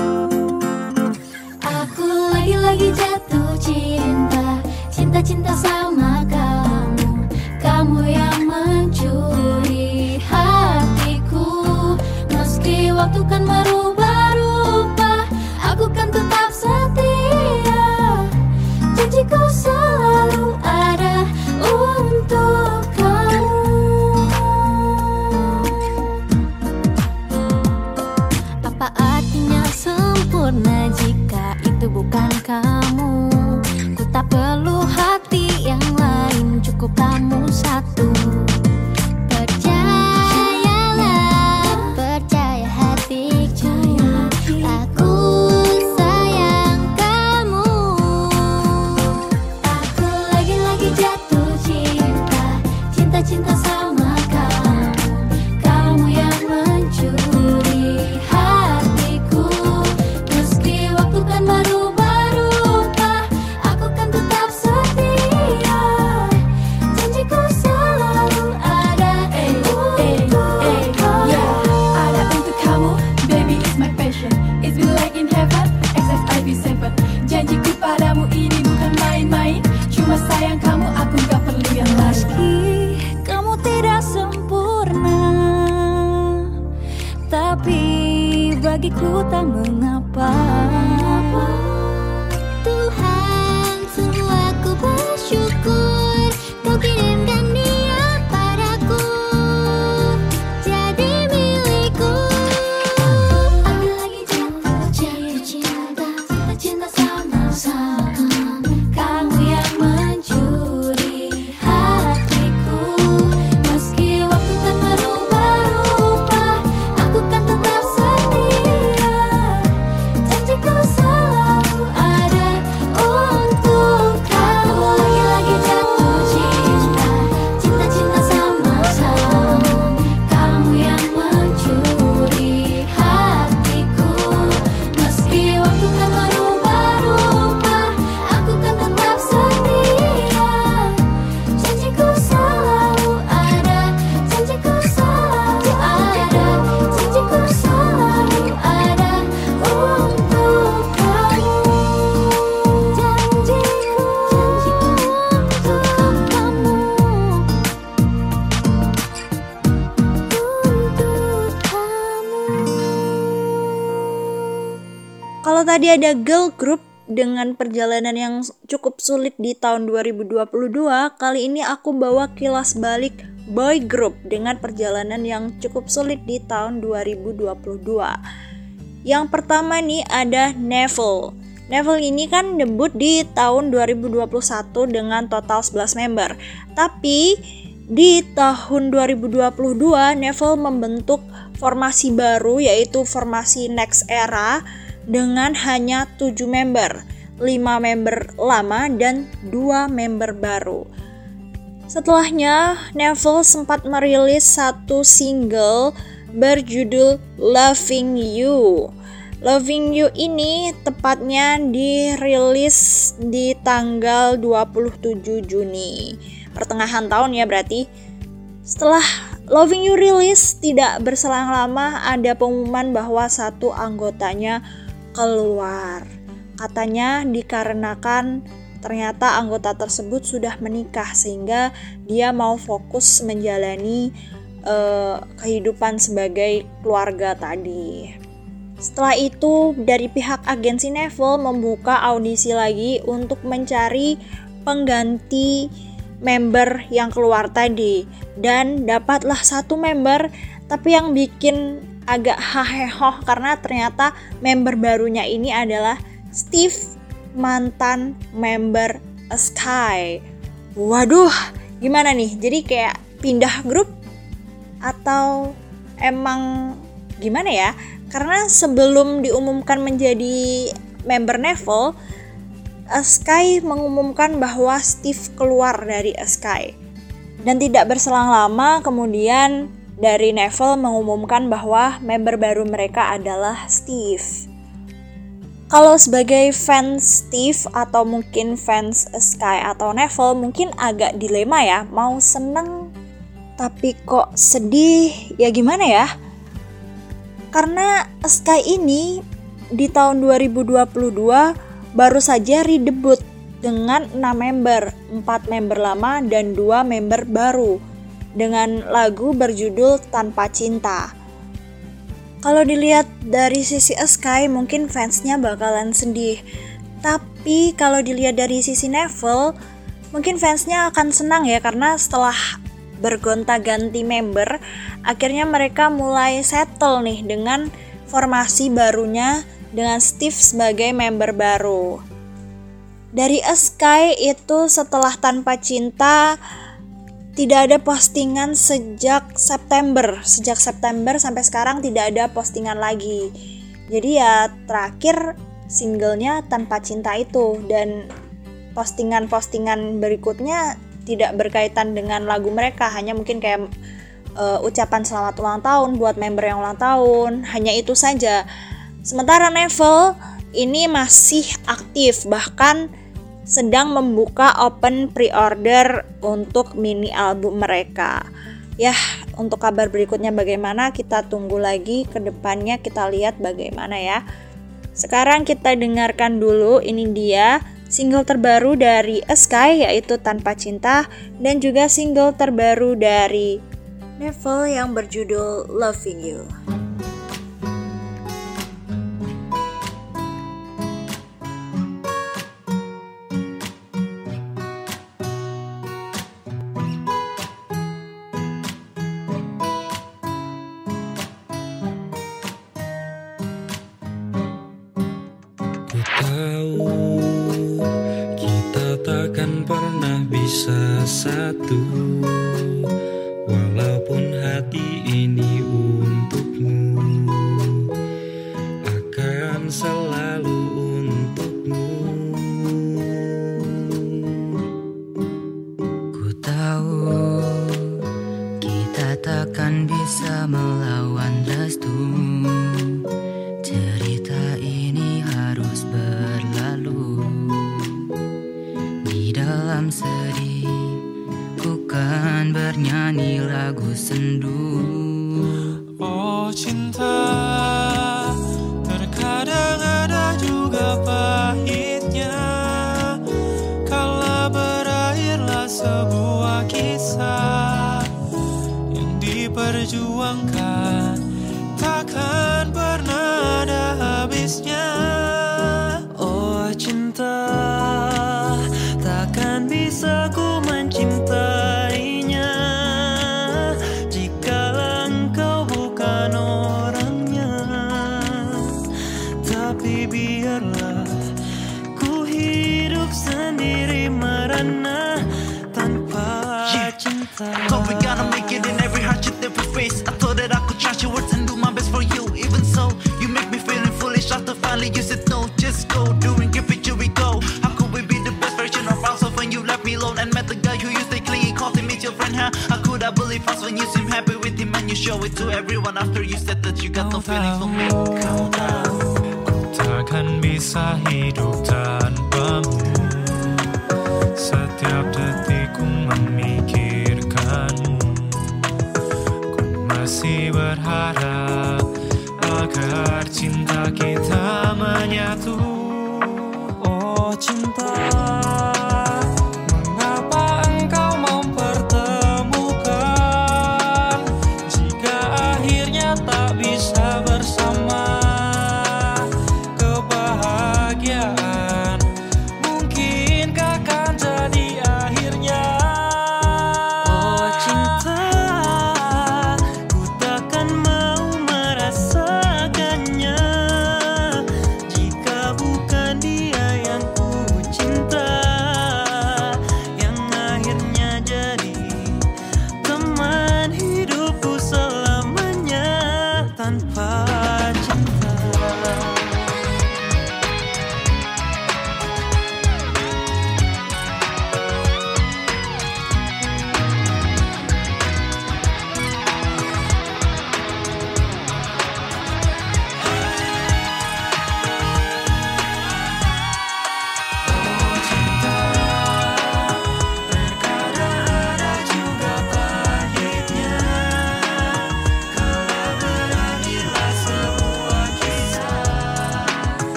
Aku lagi-lagi jatuh cinta, cinta-cinta sama kamu. Kamu yang mencuri hatiku. Meski waktu kan merubah-rubah, aku kan tetap setia. Janjiku selalu ada untuk kamu. Apa artinya sempurna jika itu bukan kamu? Ku tak perlu hati yang lain, cukup kamu satu. Percayalah, percaya hatiku, aku sayang kamu. Aku lagi-lagi jatuh cinta, cinta-cinta sama kamu. Kamu yang mencuri hatiku. Meski waktu kan berubah-ubah, aku kan tetap setia. Janjiku selalu ada untuk kamu. Ada untuk kamu, baby is my passion. It's been like in heaven, XXIV7. Janjiku padamu ini bukan main-main. Cuma sayang kamu, aku gak perlu yang lain. Meski kamu tidak sempurna, tapi bagiku tak mengapa. Tuhan, sungguh aku bersyukur Kau kirimkan dia padaku, jadi milikku. Aku lagi jatuh cinta, cinta sama kamu. Kamu yang mencuri hatiku. Meski waktu kan berubah-ubah, aku kan tetap setia. Janjiku selalu ada untuk kamu. Lagi-lagi jatuh cinta, cinta-cinta sama kamu. Kamu yang mencuri hatiku. Meski waktu kan berubah-ubah, aku kan tetap setia. Janjiku selalu ada, janjiku selalu ada, janjiku selalu ada untuk kamu. Janjiku untuk kamu, untuk kamu. Kalau tadi ada girl group dengan perjalanan yang cukup sulit di tahun 2022, kali ini aku bawa kilas balik boy group dengan perjalanan yang cukup sulit di tahun 2022. Yang pertama nih ada Neville. Neville ini kan debut di tahun 2021 dengan total 11 member. Tapi di tahun 2022 Neville membentuk formasi baru, yaitu formasi Next Era, dengan hanya 7 member, 5 member lama dan 2 member baru. Setelahnya Neville sempat merilis satu single berjudul Loving You. Loving You ini tepatnya dirilis di tanggal 27 Juni, pertengahan tahun ya berarti. Setelah Loving You rilis, tidak berselang lama ada pengumuman bahwa satu anggotanya keluar. Katanya dikarenakan ternyata anggota tersebut sudah menikah sehingga dia mau fokus menjalani kehidupan sebagai keluarga tadi. Setelah itu dari pihak agensi Neville membuka audisi lagi untuk mencari pengganti member yang keluar tadi, dan dapatlah satu member. Tapi yang bikin agak hahehoh karena ternyata member barunya ini adalah Steve, mantan member Sky. Waduh, gimana nih? Jadi kayak pindah grup atau emang gimana ya? Karena sebelum diumumkan menjadi member Neville, Sky mengumumkan bahwa Steve keluar dari Sky. Dan tidak berselang lama kemudian dari Neville mengumumkan bahwa member baru mereka adalah Steve. Kalau sebagai fans Steve atau mungkin fans Sky atau Neville mungkin agak dilema ya, mau seneng tapi kok sedih, ya gimana ya? Karena Sky ini di tahun 2022 baru saja redebut dengan 6 member, 4 member lama dan 2 member baru dengan lagu berjudul Tanpa Cinta. Kalau dilihat dari sisi Sky mungkin fansnya bakalan sedih, tapi kalau dilihat dari sisi Neville mungkin fansnya akan senang ya, karena setelah bergonta-ganti member akhirnya mereka mulai settle nih dengan formasi barunya dengan Steve sebagai member baru. Dari Sky itu setelah Tanpa Cinta tidak ada postingan sejak September sampai sekarang tidak ada postingan lagi. Jadi ya terakhir singlenya Tanpa Cinta itu, dan postingan-postingan berikutnya tidak berkaitan dengan lagu mereka, hanya mungkin kayak ucapan selamat ulang tahun buat member yang ulang tahun, hanya itu saja. Sementara Neville ini masih aktif, bahkan sedang membuka open pre-order untuk mini album mereka. Ya, untuk kabar berikutnya bagaimana kita tunggu lagi ke depannya, kita lihat bagaimana ya. Sekarang kita dengarkan dulu, ini dia single terbaru dari Sky yaitu Tanpa Cinta, dan juga single terbaru dari Neville yang berjudul Loving You. Takkan pernah bisa satu, walaupun hati ini untukmu, akan selalu untukmu. Ku tahu kita takkan bisa melawan restu. Cerita ini harus berlalu. Dalam sedih, ku kan bernyanyi lagu sendu. Oh cinta, terkadang ada juga pahitnya. Kala berakhirlah sebuah kisah yang diperjuangkan, takkan pernah ada habisnya. Oh cinta, takkan bisa ku mencintainya jika engkau bukan orangnya. Tapi biarlah ku hidup sendiri merana tanpa cinta. I thought we gotta make it in every hardship that we face. I thought that I could trust your words and do my best for you. Even so, you make me feeling foolish after finally you said no. Just go, doing your picture we go. How could we be the best version of ourselves when you left me alone and met the guy who you stay clingy, called him your friend? How could I believe us when you seem happy with him and you show it to everyone after you said that you got no feelings for me? Kau tahu, ku takkan bisa hidup tanpamu. Setiap detik ku memikirkanmu. Ku masih berharap agar cinta kita menyatu. Oh cinta, mengapa engkau mempertemukan jika akhirnya tak bisa bersama? Kebahagiaan mungkinkah akan jadi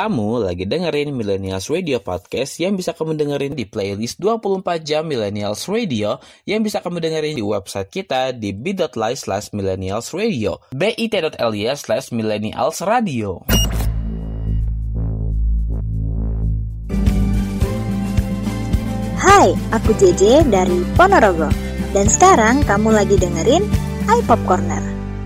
Kamu lagi dengerin Millennials Radio Podcast yang bisa kamu dengerin di playlist 24 jam Millennials Radio yang bisa kamu dengerin di website kita di bit.ly/millennialsradio bit.ly/millennialsradio. Hai, aku JJ dari Ponorogo. Dan sekarang kamu lagi dengerin iPop Corner.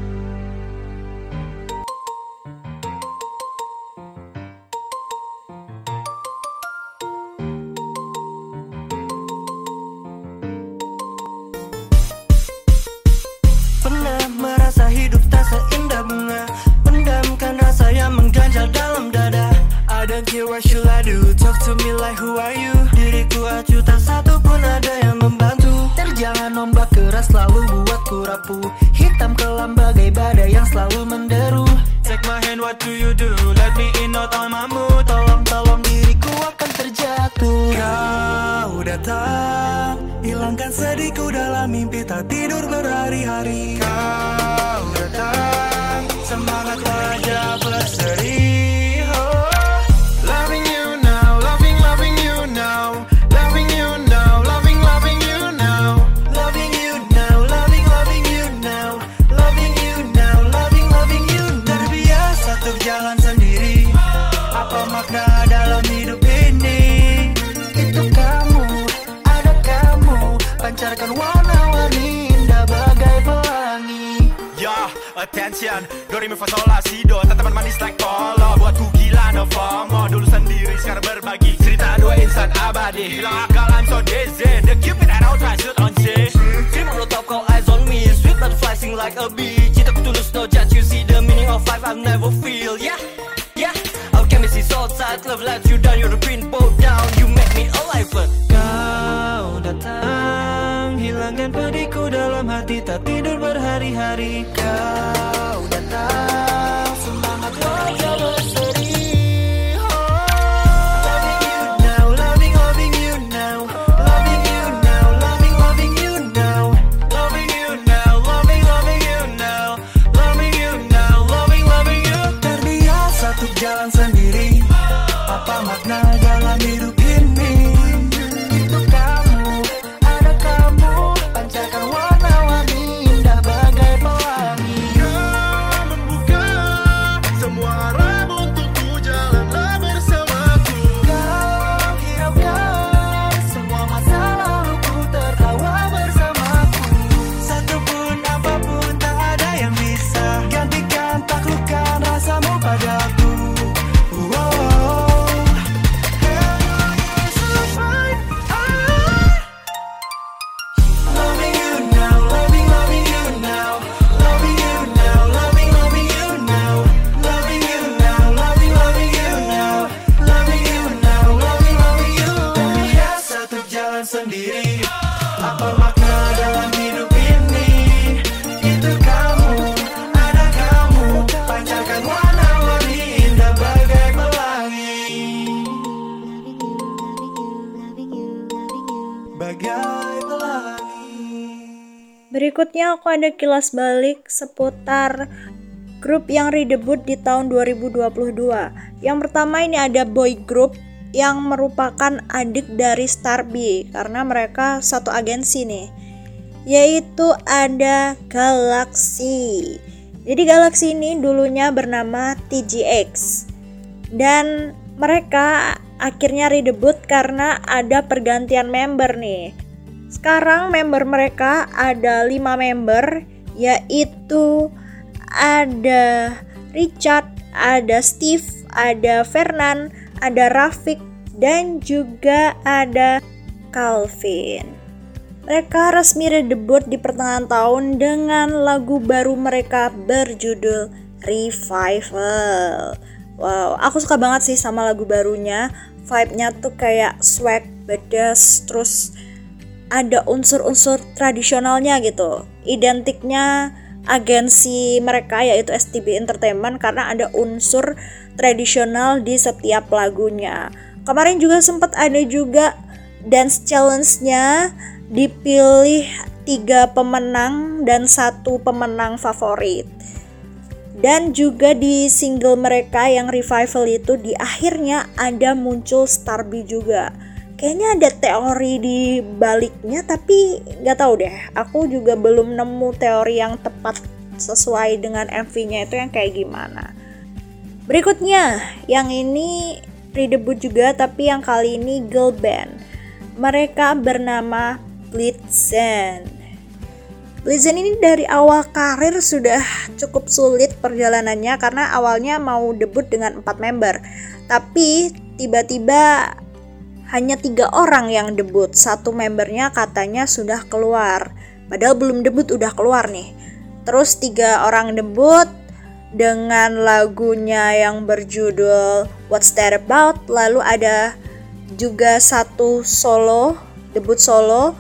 Pernah merasa hidup tak seindah bunga, pendamkan rasa yang mengganjal dalam dada. I don't care what should I do, talk to me like who are you. Diriku acuh tak satu pun ada yang membantu. Terjangan ombak keras selalu buatku rapuh, hitam kelam bagai badai yang selalu menderu. Take my hand, what do you do? Let me in, not on my mood. Tolong diriku akan terjatuh. Kau datang, hilangkan sedihku dalam mimpi tak tidur berhari-hari. Kau datang, semangat wajah berseri. Loving you now, loving you now, loving you now, loving you now, loving you now, loving you now, loving you now, loving you. Terbiasa untuk jalan sendiri, apa makna dalam hidup ini? Itu kamu, ada kamu, pancarkan warna-warni indah bagai pelangi. Ya, attention, do re mi fa sol la si do, tatapan manis like polo, buatku gila no FOMO. Dulu sendiri sekarang berbagi, cerita dua insan abadi. Hilang akal, I'm so dizzy, the cupid and I'll try shoot on C. Dream on the top, call eyes on me, sweet butterfly sing like a bee. Cintaku tulus, no judge, you see the meaning of life I've never feel. Yeah, our chemistry so tight, love lets you down, you're the green boat down, you make me alive. Kau datang, hilangkan pedihku dalam hati, tak tidur berhari-hari. Kau datang, semangat wajah berseri. Loving you now, loving you now, loving you now, loving you now, loving you now, loving you now, loving you now, loving you. Terbiasa untuk jalan sendiri, apa makna dalam hidup ini? Itu kamu, ada kamu, pancarkan warna-warni indah bagai pelangi. Kau membuka semua arah untukku, jalanlah bersamaku. Kau hiraukan semua masa laluku, tertawa bersamaku. Satupun apapun tak ada yang bisa gantikan, taklukkan rasamu padaku. Loving you now, loving you now, loving you now, loving you now, loving you now, loving you now, loving you now, loving you. Terbiasa untuk jalan sendiri, apa makna dalam hidup ini? Itu kamu, ada kamu, pancarkan warna-warni indah bagai pelangi. Bagai pelangi. Berikutnya aku ada kilas balik seputar grup yang redebut di tahun 2022. Yang pertama ini ada boy group yang merupakan adik dari Starby karena mereka satu agensi nih, yaitu ada Galaxy. Jadi Galaxy ini dulunya bernama TGX dan mereka akhirnya redebut karena ada pergantian member nih. Sekarang member mereka ada 5 member, yaitu ada Richard, ada Steve, ada Fernan, ada Rafiq, dan juga ada Calvin. Mereka resmi redebut di pertengahan tahun dengan lagu baru mereka berjudul Revival. Wow, aku suka banget sih sama lagu barunya. Vibe-nya tuh kayak swag, badass, terus ada unsur-unsur tradisionalnya gitu. Identiknya agensi mereka yaitu STB Entertainment karena ada unsur tradisional di setiap lagunya. Kemarin juga sempat ada juga dance challenge-nya, dipilih 3 pemenang dan 1 pemenang favorit. Dan juga di single mereka yang Revival itu di akhirnya ada muncul Starby juga. Kayaknya ada teori di baliknya, tapi gak tahu deh. Aku juga belum nemu teori yang tepat sesuai dengan MV-nya itu yang kayak gimana. Berikutnya, yang ini redebut juga tapi yang kali ini girl band. Mereka bernama Blitzen. Blitzen ini dari awal karir sudah cukup sulit perjalanannya karena awalnya mau debut dengan 4 member. Tapi tiba-tiba hanya 3 orang yang debut. 1 membernya katanya sudah keluar. Padahal belum debut udah keluar nih. Terus 3 orang debut dengan lagunya yang berjudul What's That About. Lalu ada juga 1 solo, debut solo.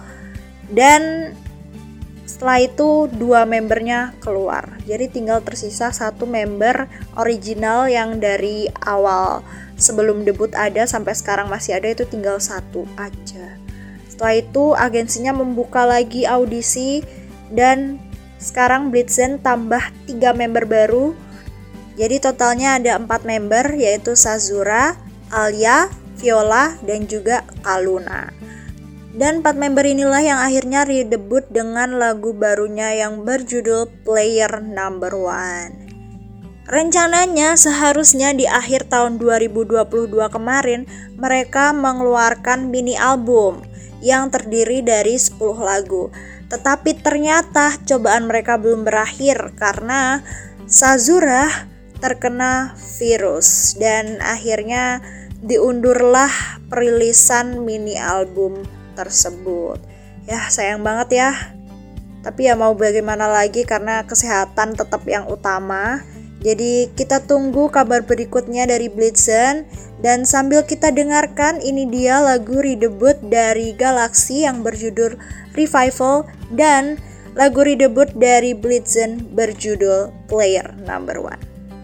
Dan setelah itu 2 membernya keluar. Jadi tinggal tersisa 1 member original yang dari awal sebelum debut ada sampai sekarang masih ada, itu tinggal 1 aja. Setelah itu agensinya membuka lagi audisi dan sekarang Blitzen tambah 3 member baru. Jadi totalnya ada 4 member, yaitu Sazura, Alia, Viola, dan juga Kaluna. Dan 4 member inilah yang akhirnya redebut dengan lagu barunya yang berjudul Player Number One. Rencananya seharusnya di akhir tahun 2022 kemarin mereka mengeluarkan mini album yang terdiri dari 10 lagu. Tetapi ternyata cobaan mereka belum berakhir karena Sazura terkena virus dan akhirnya diundurlah perilisan mini album tersebut. Ya sayang banget ya. Tapi ya mau bagaimana lagi karena kesehatan tetap yang utama. Jadi kita tunggu kabar berikutnya dari Blitzen. Dan sambil kita dengarkan, ini dia lagu redebut dari Galaxy yang berjudul Revival dan lagu redebut dari Blitzen berjudul Player Number One.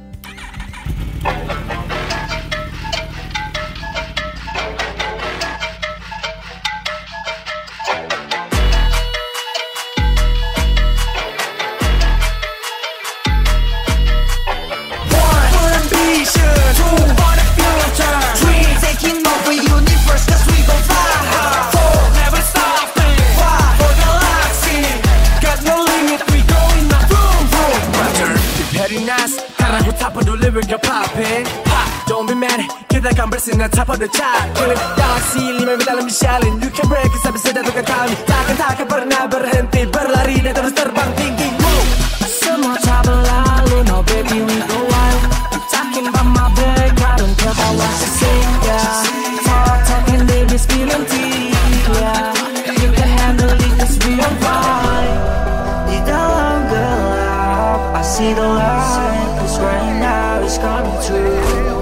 Gak apa-apa, don't be mad, kita kan bersinar top of the chart. Killing galaksi, 5 dalam Michelin. You can break, kita bisa datangkan kami. Takkan pernah berhenti, berlari dan terus terbang tinggi. Semua tak berlalu, no baby we go wild. I'm talking about my back, I don't care about what you say, yeah. Talking baby, spilling tea, yeah. You can handle it, cause we on fire. Di dalam gelap, I see the light, cause right now it's coming true.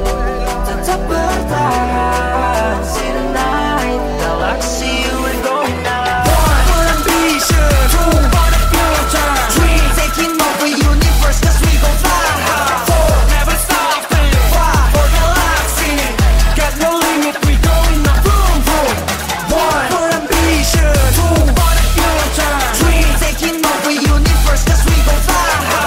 Tetap bertahan, see the night, galaxy we're going now. One ambition, 2 for the future, 3 taking over universe cause we gon' fly. 4 never stopping, 5 for galaxy, got no limit, we going now, boom boom. 1 for ambition, 2 for the future, 3 taking over universe cause we gon' fly.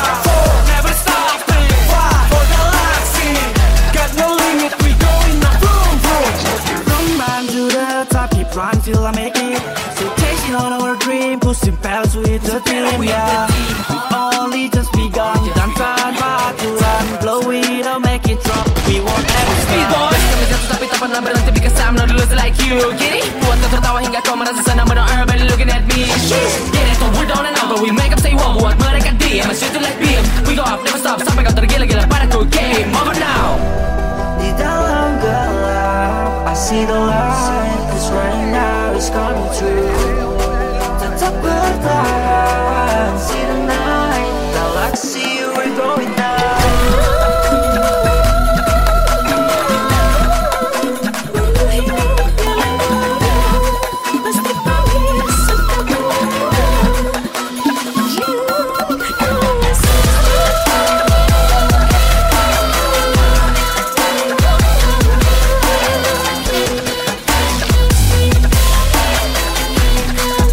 4 never stopping, 5 for galaxy, got no limit, we going now, boom boom. From man to the top, keep run till I make it. So chasing on our dream, pushing past with the team, yeah. We only just begun, dan tanpa aturan, blow it or make it drop. We want every speed boy. Kami jatuh tapi tak pernah berhenti because I'm not a loser like you. Get it? Buat kau tertawa hingga kau merasa senang, but everybody looking at me. Get it? So we're down and out, but we make up say wow. Buat mereka diam, shoot it like beam. We go up, never stop, sampai kau tergila-gila padaku. Game over now. Di dalam gelap, I see the light, cause right now it's coming true. Tetap bertahan, see the night, galaxy we're going now.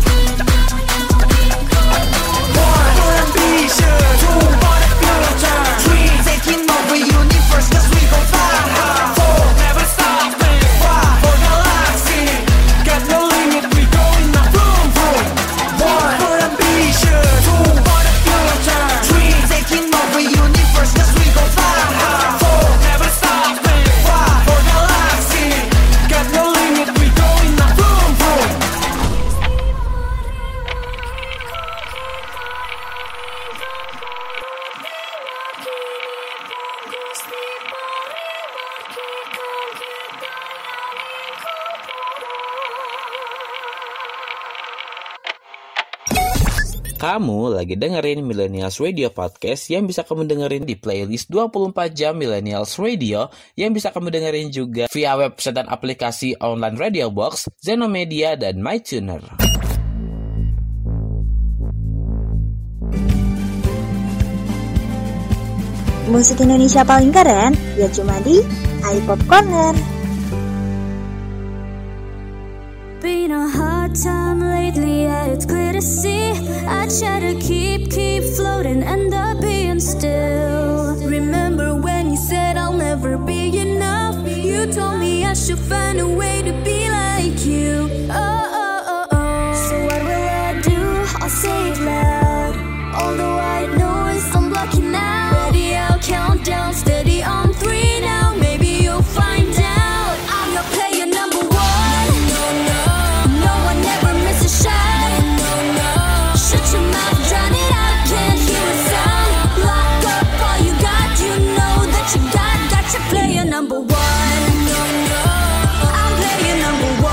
One ambition, 2 for the future, Kamu lagi dengerin Millennials Radio Podcast yang bisa kamu dengerin di playlist 24 jam Millennials Radio yang bisa kamu dengerin juga via website dan aplikasi online Radio Box, Zenomedia, dan MyTuner. Musik Indonesia paling keren ya cuma di iPop Corner. Been a hard time lately, yeah, it's clear to see. I try to keep floating, end up being still. Remember when you said I'll never be enough? You told me I should find a way to be like you. So what will I do? I'll say it loud. Although I know I'm blocking out. Ready, I'll count down, steady on 3 now. Maybe you'll find out I'm your player number 1. Shut your mouth, drown it out, can't hear a sound. Lock up all you got, you know that you got your player number 1. I'm player number 1.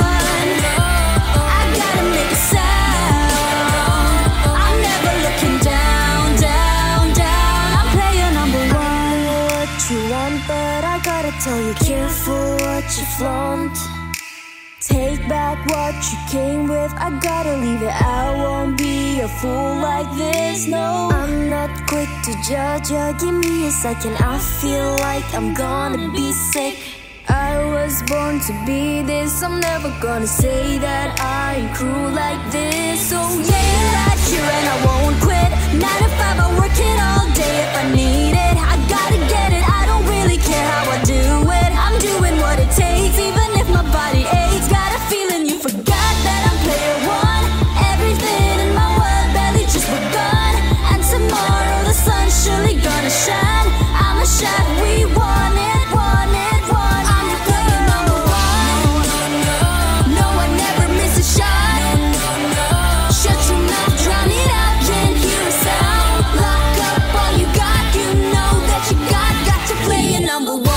I gotta make a sound. I'm never looking down. I'm player number 1. I know what you want, but I gotta tell you, careful what you flaunt. Take back what you came with, I gotta leave it. I won't be a fool like this, no. I'm not quick to judge ya, give me a second. I feel like I'm gonna be sick. I was born to be this, I'm never gonna say that I'm cruel like this. So yeah, right here and I won't quit. 9 to 5, I work it all day if I need it. I gotta get it, I don't really care how I do it. I'm doing what it takes, even if my body aches. Got a feeling you forgot that I'm player 1. Everything in my world barely just begun. And tomorrow the sun's surely gonna shine. I'm a shot, we want it. I'm the player number 1. No, I never miss a shot. Shut your mouth, drown it out, can't hear a sound. Lock up all you got, you know that you got to play your number 1.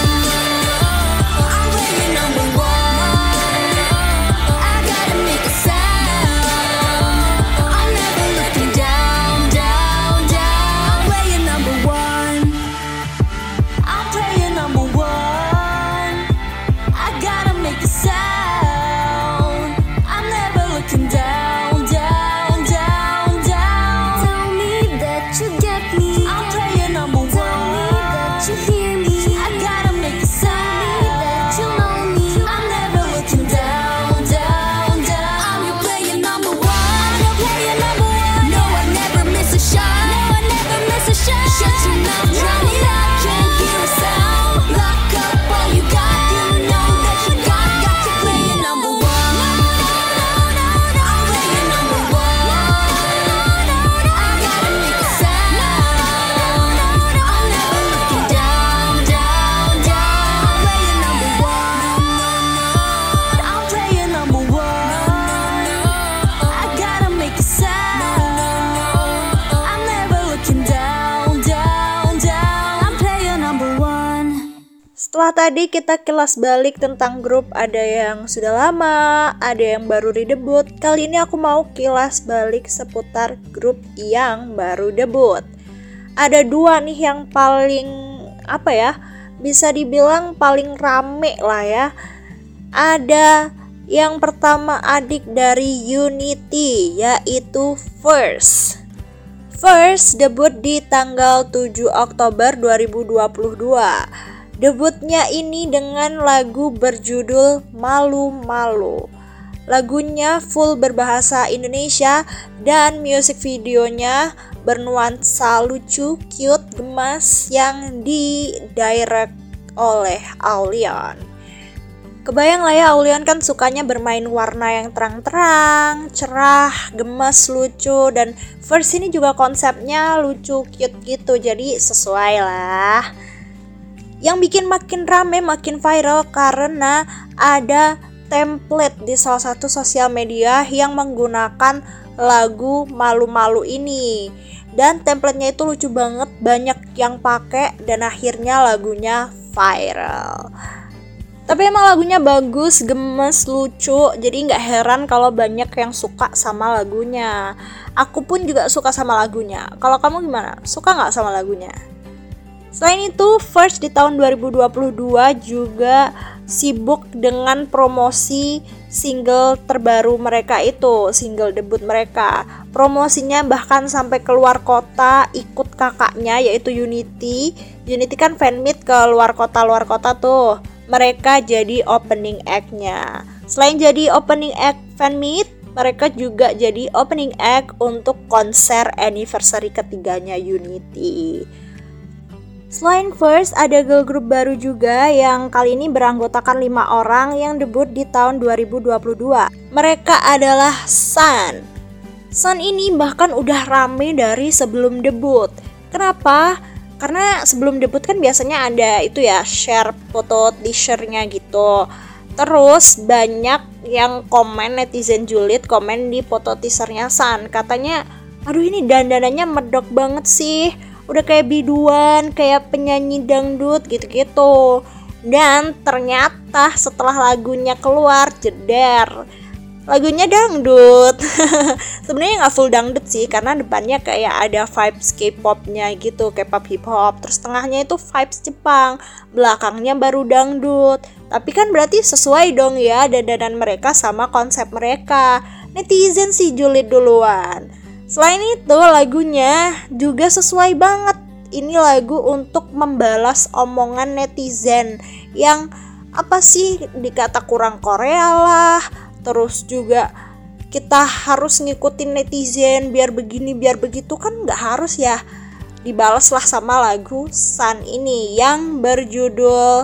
I'm player number 1. I gotta make a sound. I'm never looking down. I'm player number 1. I'm player number 1. I gotta make a sound. I'm never looking down. Tell me that you get me. I'm player number 1. Tell me that you hear me. I gotta make a sound. That you know me. I'm never looking down. I'm your player number 1. Your player number 1. No, I never miss a shot. Shut your mouth, drown it out, can't hear a sound. Lock up all you got, you know that you got to play your number 1. I'm player number 1. I gotta make a sound. I'm never looking down. I'm player number 1. I'm player number 1. I gotta make a sound. I'm never looking down. I'm player number 1. Setelah tadi kita kilas balik tentang grup, ada yang sudah lama, ada yang baru didebut. Kali ini aku mau kilas balik seputar grup yang baru debut. Ada 2 nih yang paling bisa dibilang paling rame lah ya. Ada yang pertama adik dari Unity, yaitu First. First debut di tanggal 7 Oktober 2022. Debutnya ini dengan lagu berjudul Malu-Malu. Lagunya full berbahasa Indonesia dan music videonya bernuansa lucu, cute, gemas yang di-direct oleh Aulion. Kebayang lah ya, Aulion kan sukanya bermain warna yang terang-terang, cerah, gemes, lucu. Dan First ini juga konsepnya lucu, cute gitu, jadi sesuai lah. Yang bikin makin rame, makin viral karena ada template di salah satu sosial media yang menggunakan lagu Malu-Malu ini. Dan templatenya itu lucu banget, banyak yang pakai dan akhirnya lagunya viral. Tapi emang lagunya bagus, gemes, lucu, jadi gak heran kalau banyak yang suka sama lagunya. Aku pun juga suka sama lagunya. Kalau kamu gimana? Suka gak sama lagunya? Selain itu, First di tahun 2022 juga sibuk dengan promosi single terbaru mereka itu, single debut mereka. Promosinya bahkan sampai keluar kota, ikut kakaknya yaitu Unity. Unity kan fanmeet ke luar kota tuh. Mereka jadi opening act-nya. Selain jadi opening act fanmeet, mereka juga jadi opening act untuk konser anniversary ketiganya Unity. Selain First, ada girl group baru juga yang kali ini beranggotakan 5 orang yang debut di tahun 2022. Mereka adalah Sun. Sun ini bahkan udah rame dari sebelum debut. Kenapa? Karena sebelum debut kan biasanya ada itu ya, share foto teasernya gitu. Terus banyak yang komen, netizen julid komen di foto teasernya Sun. Katanya, aduh ini dandanannya medok banget sih. Udah kayak biduan, kayak penyanyi dangdut gitu-gitu. Dan ternyata setelah lagunya keluar, jeder, lagunya dangdut. Sebenarnya nggak full dangdut sih, karena depannya kayak ada vibes K-popnya gitu, K-pop hip hop. Terus tengahnya itu vibes Jepang, belakangnya baru dangdut. Tapi kan berarti sesuai dong ya dandanan mereka sama konsep mereka. Netizen sih julid duluan. Selain itu lagunya juga sesuai banget. Ini lagu untuk membalas omongan netizen yang apa sih dikata kurang Korea lah. Terus juga kita harus ngikutin netizen biar begini biar begitu, kan gak harus ya. Dibalaslah sama lagu Sun ini yang berjudul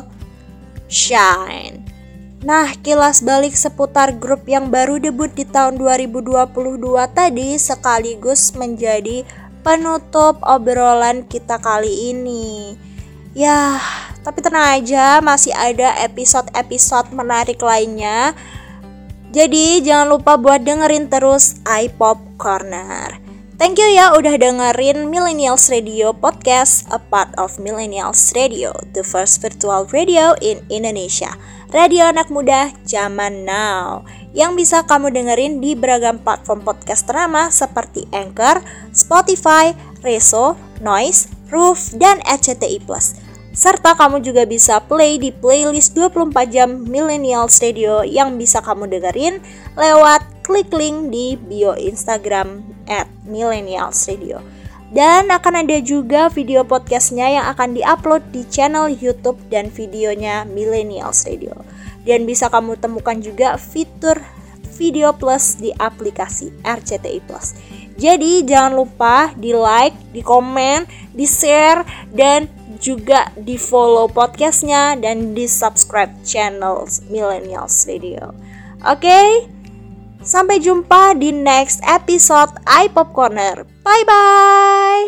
Shine. Nah, kilas balik seputar grup yang baru debut di tahun 2022 tadi sekaligus menjadi penutup obrolan kita kali ini. Ya, tapi tenang aja, masih ada episode-episode menarik lainnya. Jadi jangan lupa buat dengerin terus iPop Corner. Thank you ya udah dengerin Millennials Radio Podcast, a part of Millennials Radio, the first virtual radio in Indonesia. Radio anak muda zaman now yang bisa kamu dengerin di beragam platform podcast ternama seperti Anchor, Spotify, Reso, Noise, Roof, dan RCTI+. Serta kamu juga bisa play di playlist 24 jam Millennials Radio yang bisa kamu dengerin lewat klik link di bio Instagram @millennialsradio. Dan akan ada juga video podcastnya yang akan diupload di channel YouTube dan videonya Millennials Radio. Dan bisa kamu temukan juga fitur Video Plus di aplikasi RCTI Plus. Jadi jangan lupa di like, di komen, di share, dan juga di follow podcastnya dan di subscribe channel Millennials Radio. Oke? Sampai jumpa di next episode iPop Corner. Bye-bye.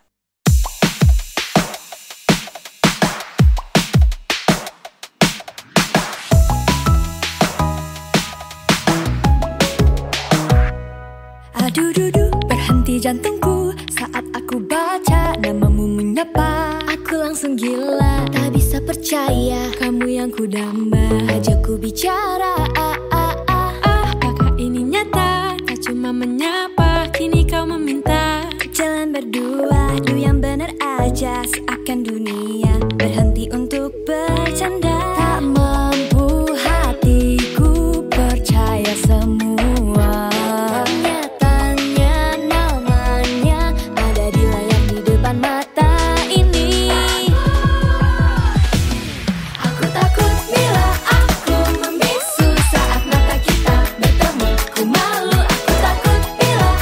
Aduh, berhenti jantungku saat aku baca namamu menyapa. Aku langsung gila, tak bisa percaya kamu yang ku damba. Ajak ku bicara, apakah ini nyata? Tak cuma menyapa, kini kau meminta jalan berdua. You yang bener aja, seakan dunia berhenti untuk bercanda. Tak mampu hatiku percaya semua. Nyatanya namanya ada di layar di depan mata ini. Aku takut bila aku membisu saat mata kita bertemu. Ku malu, aku takut bila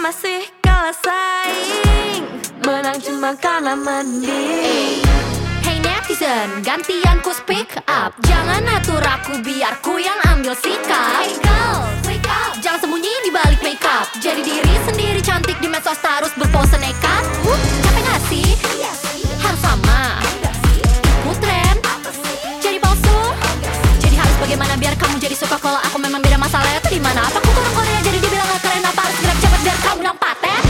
masih kalah saing. Menang cuma karena mending. Hey netizen, gantian ku speak up. Jangan atur aku biar ku yang ambil sikap. Hey girl, wake up. Jangan sembunyi di balik makeup. Jadi diri sendiri cantik di medsos terus berpose nekat. Capek gak sih? Harus sama. Ikut tren. Jadi palsu. Jadi harus bagaimana biar kamu jadi suka kalau aku memang beda masalahnya tuh di mana? Apa aku kurang Korea jadi dibilang gak keren? Apa harus gerak cepat biar kamu bilang paten?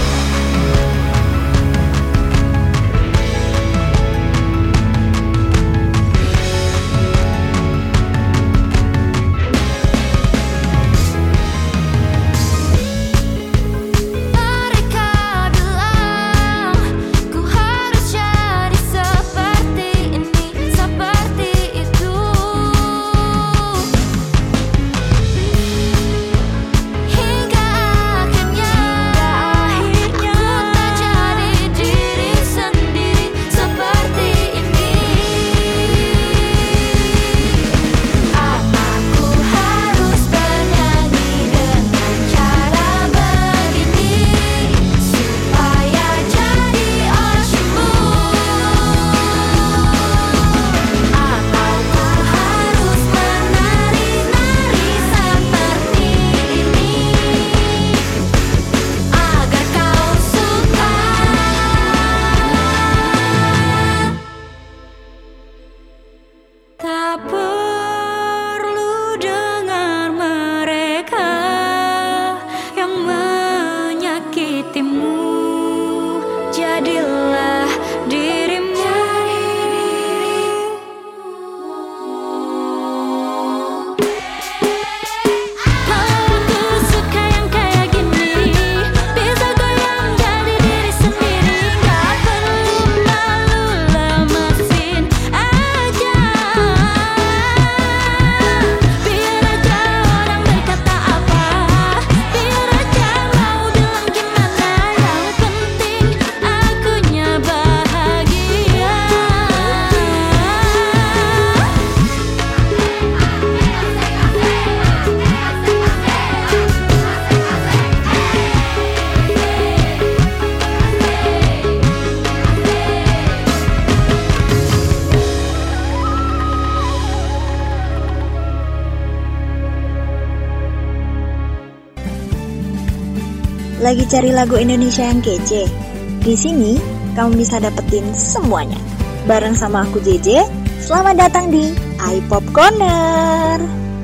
Lagi cari lagu Indonesia yang kece? Di sini kamu bisa dapetin semuanya. Bareng sama aku JJ, selamat datang di iPop Corner.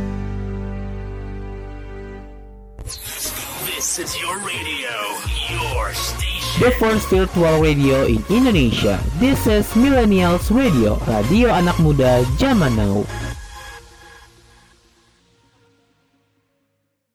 This is your radio, your station. The first virtual radio in Indonesia. This is Millennials Radio, radio anak muda zaman now.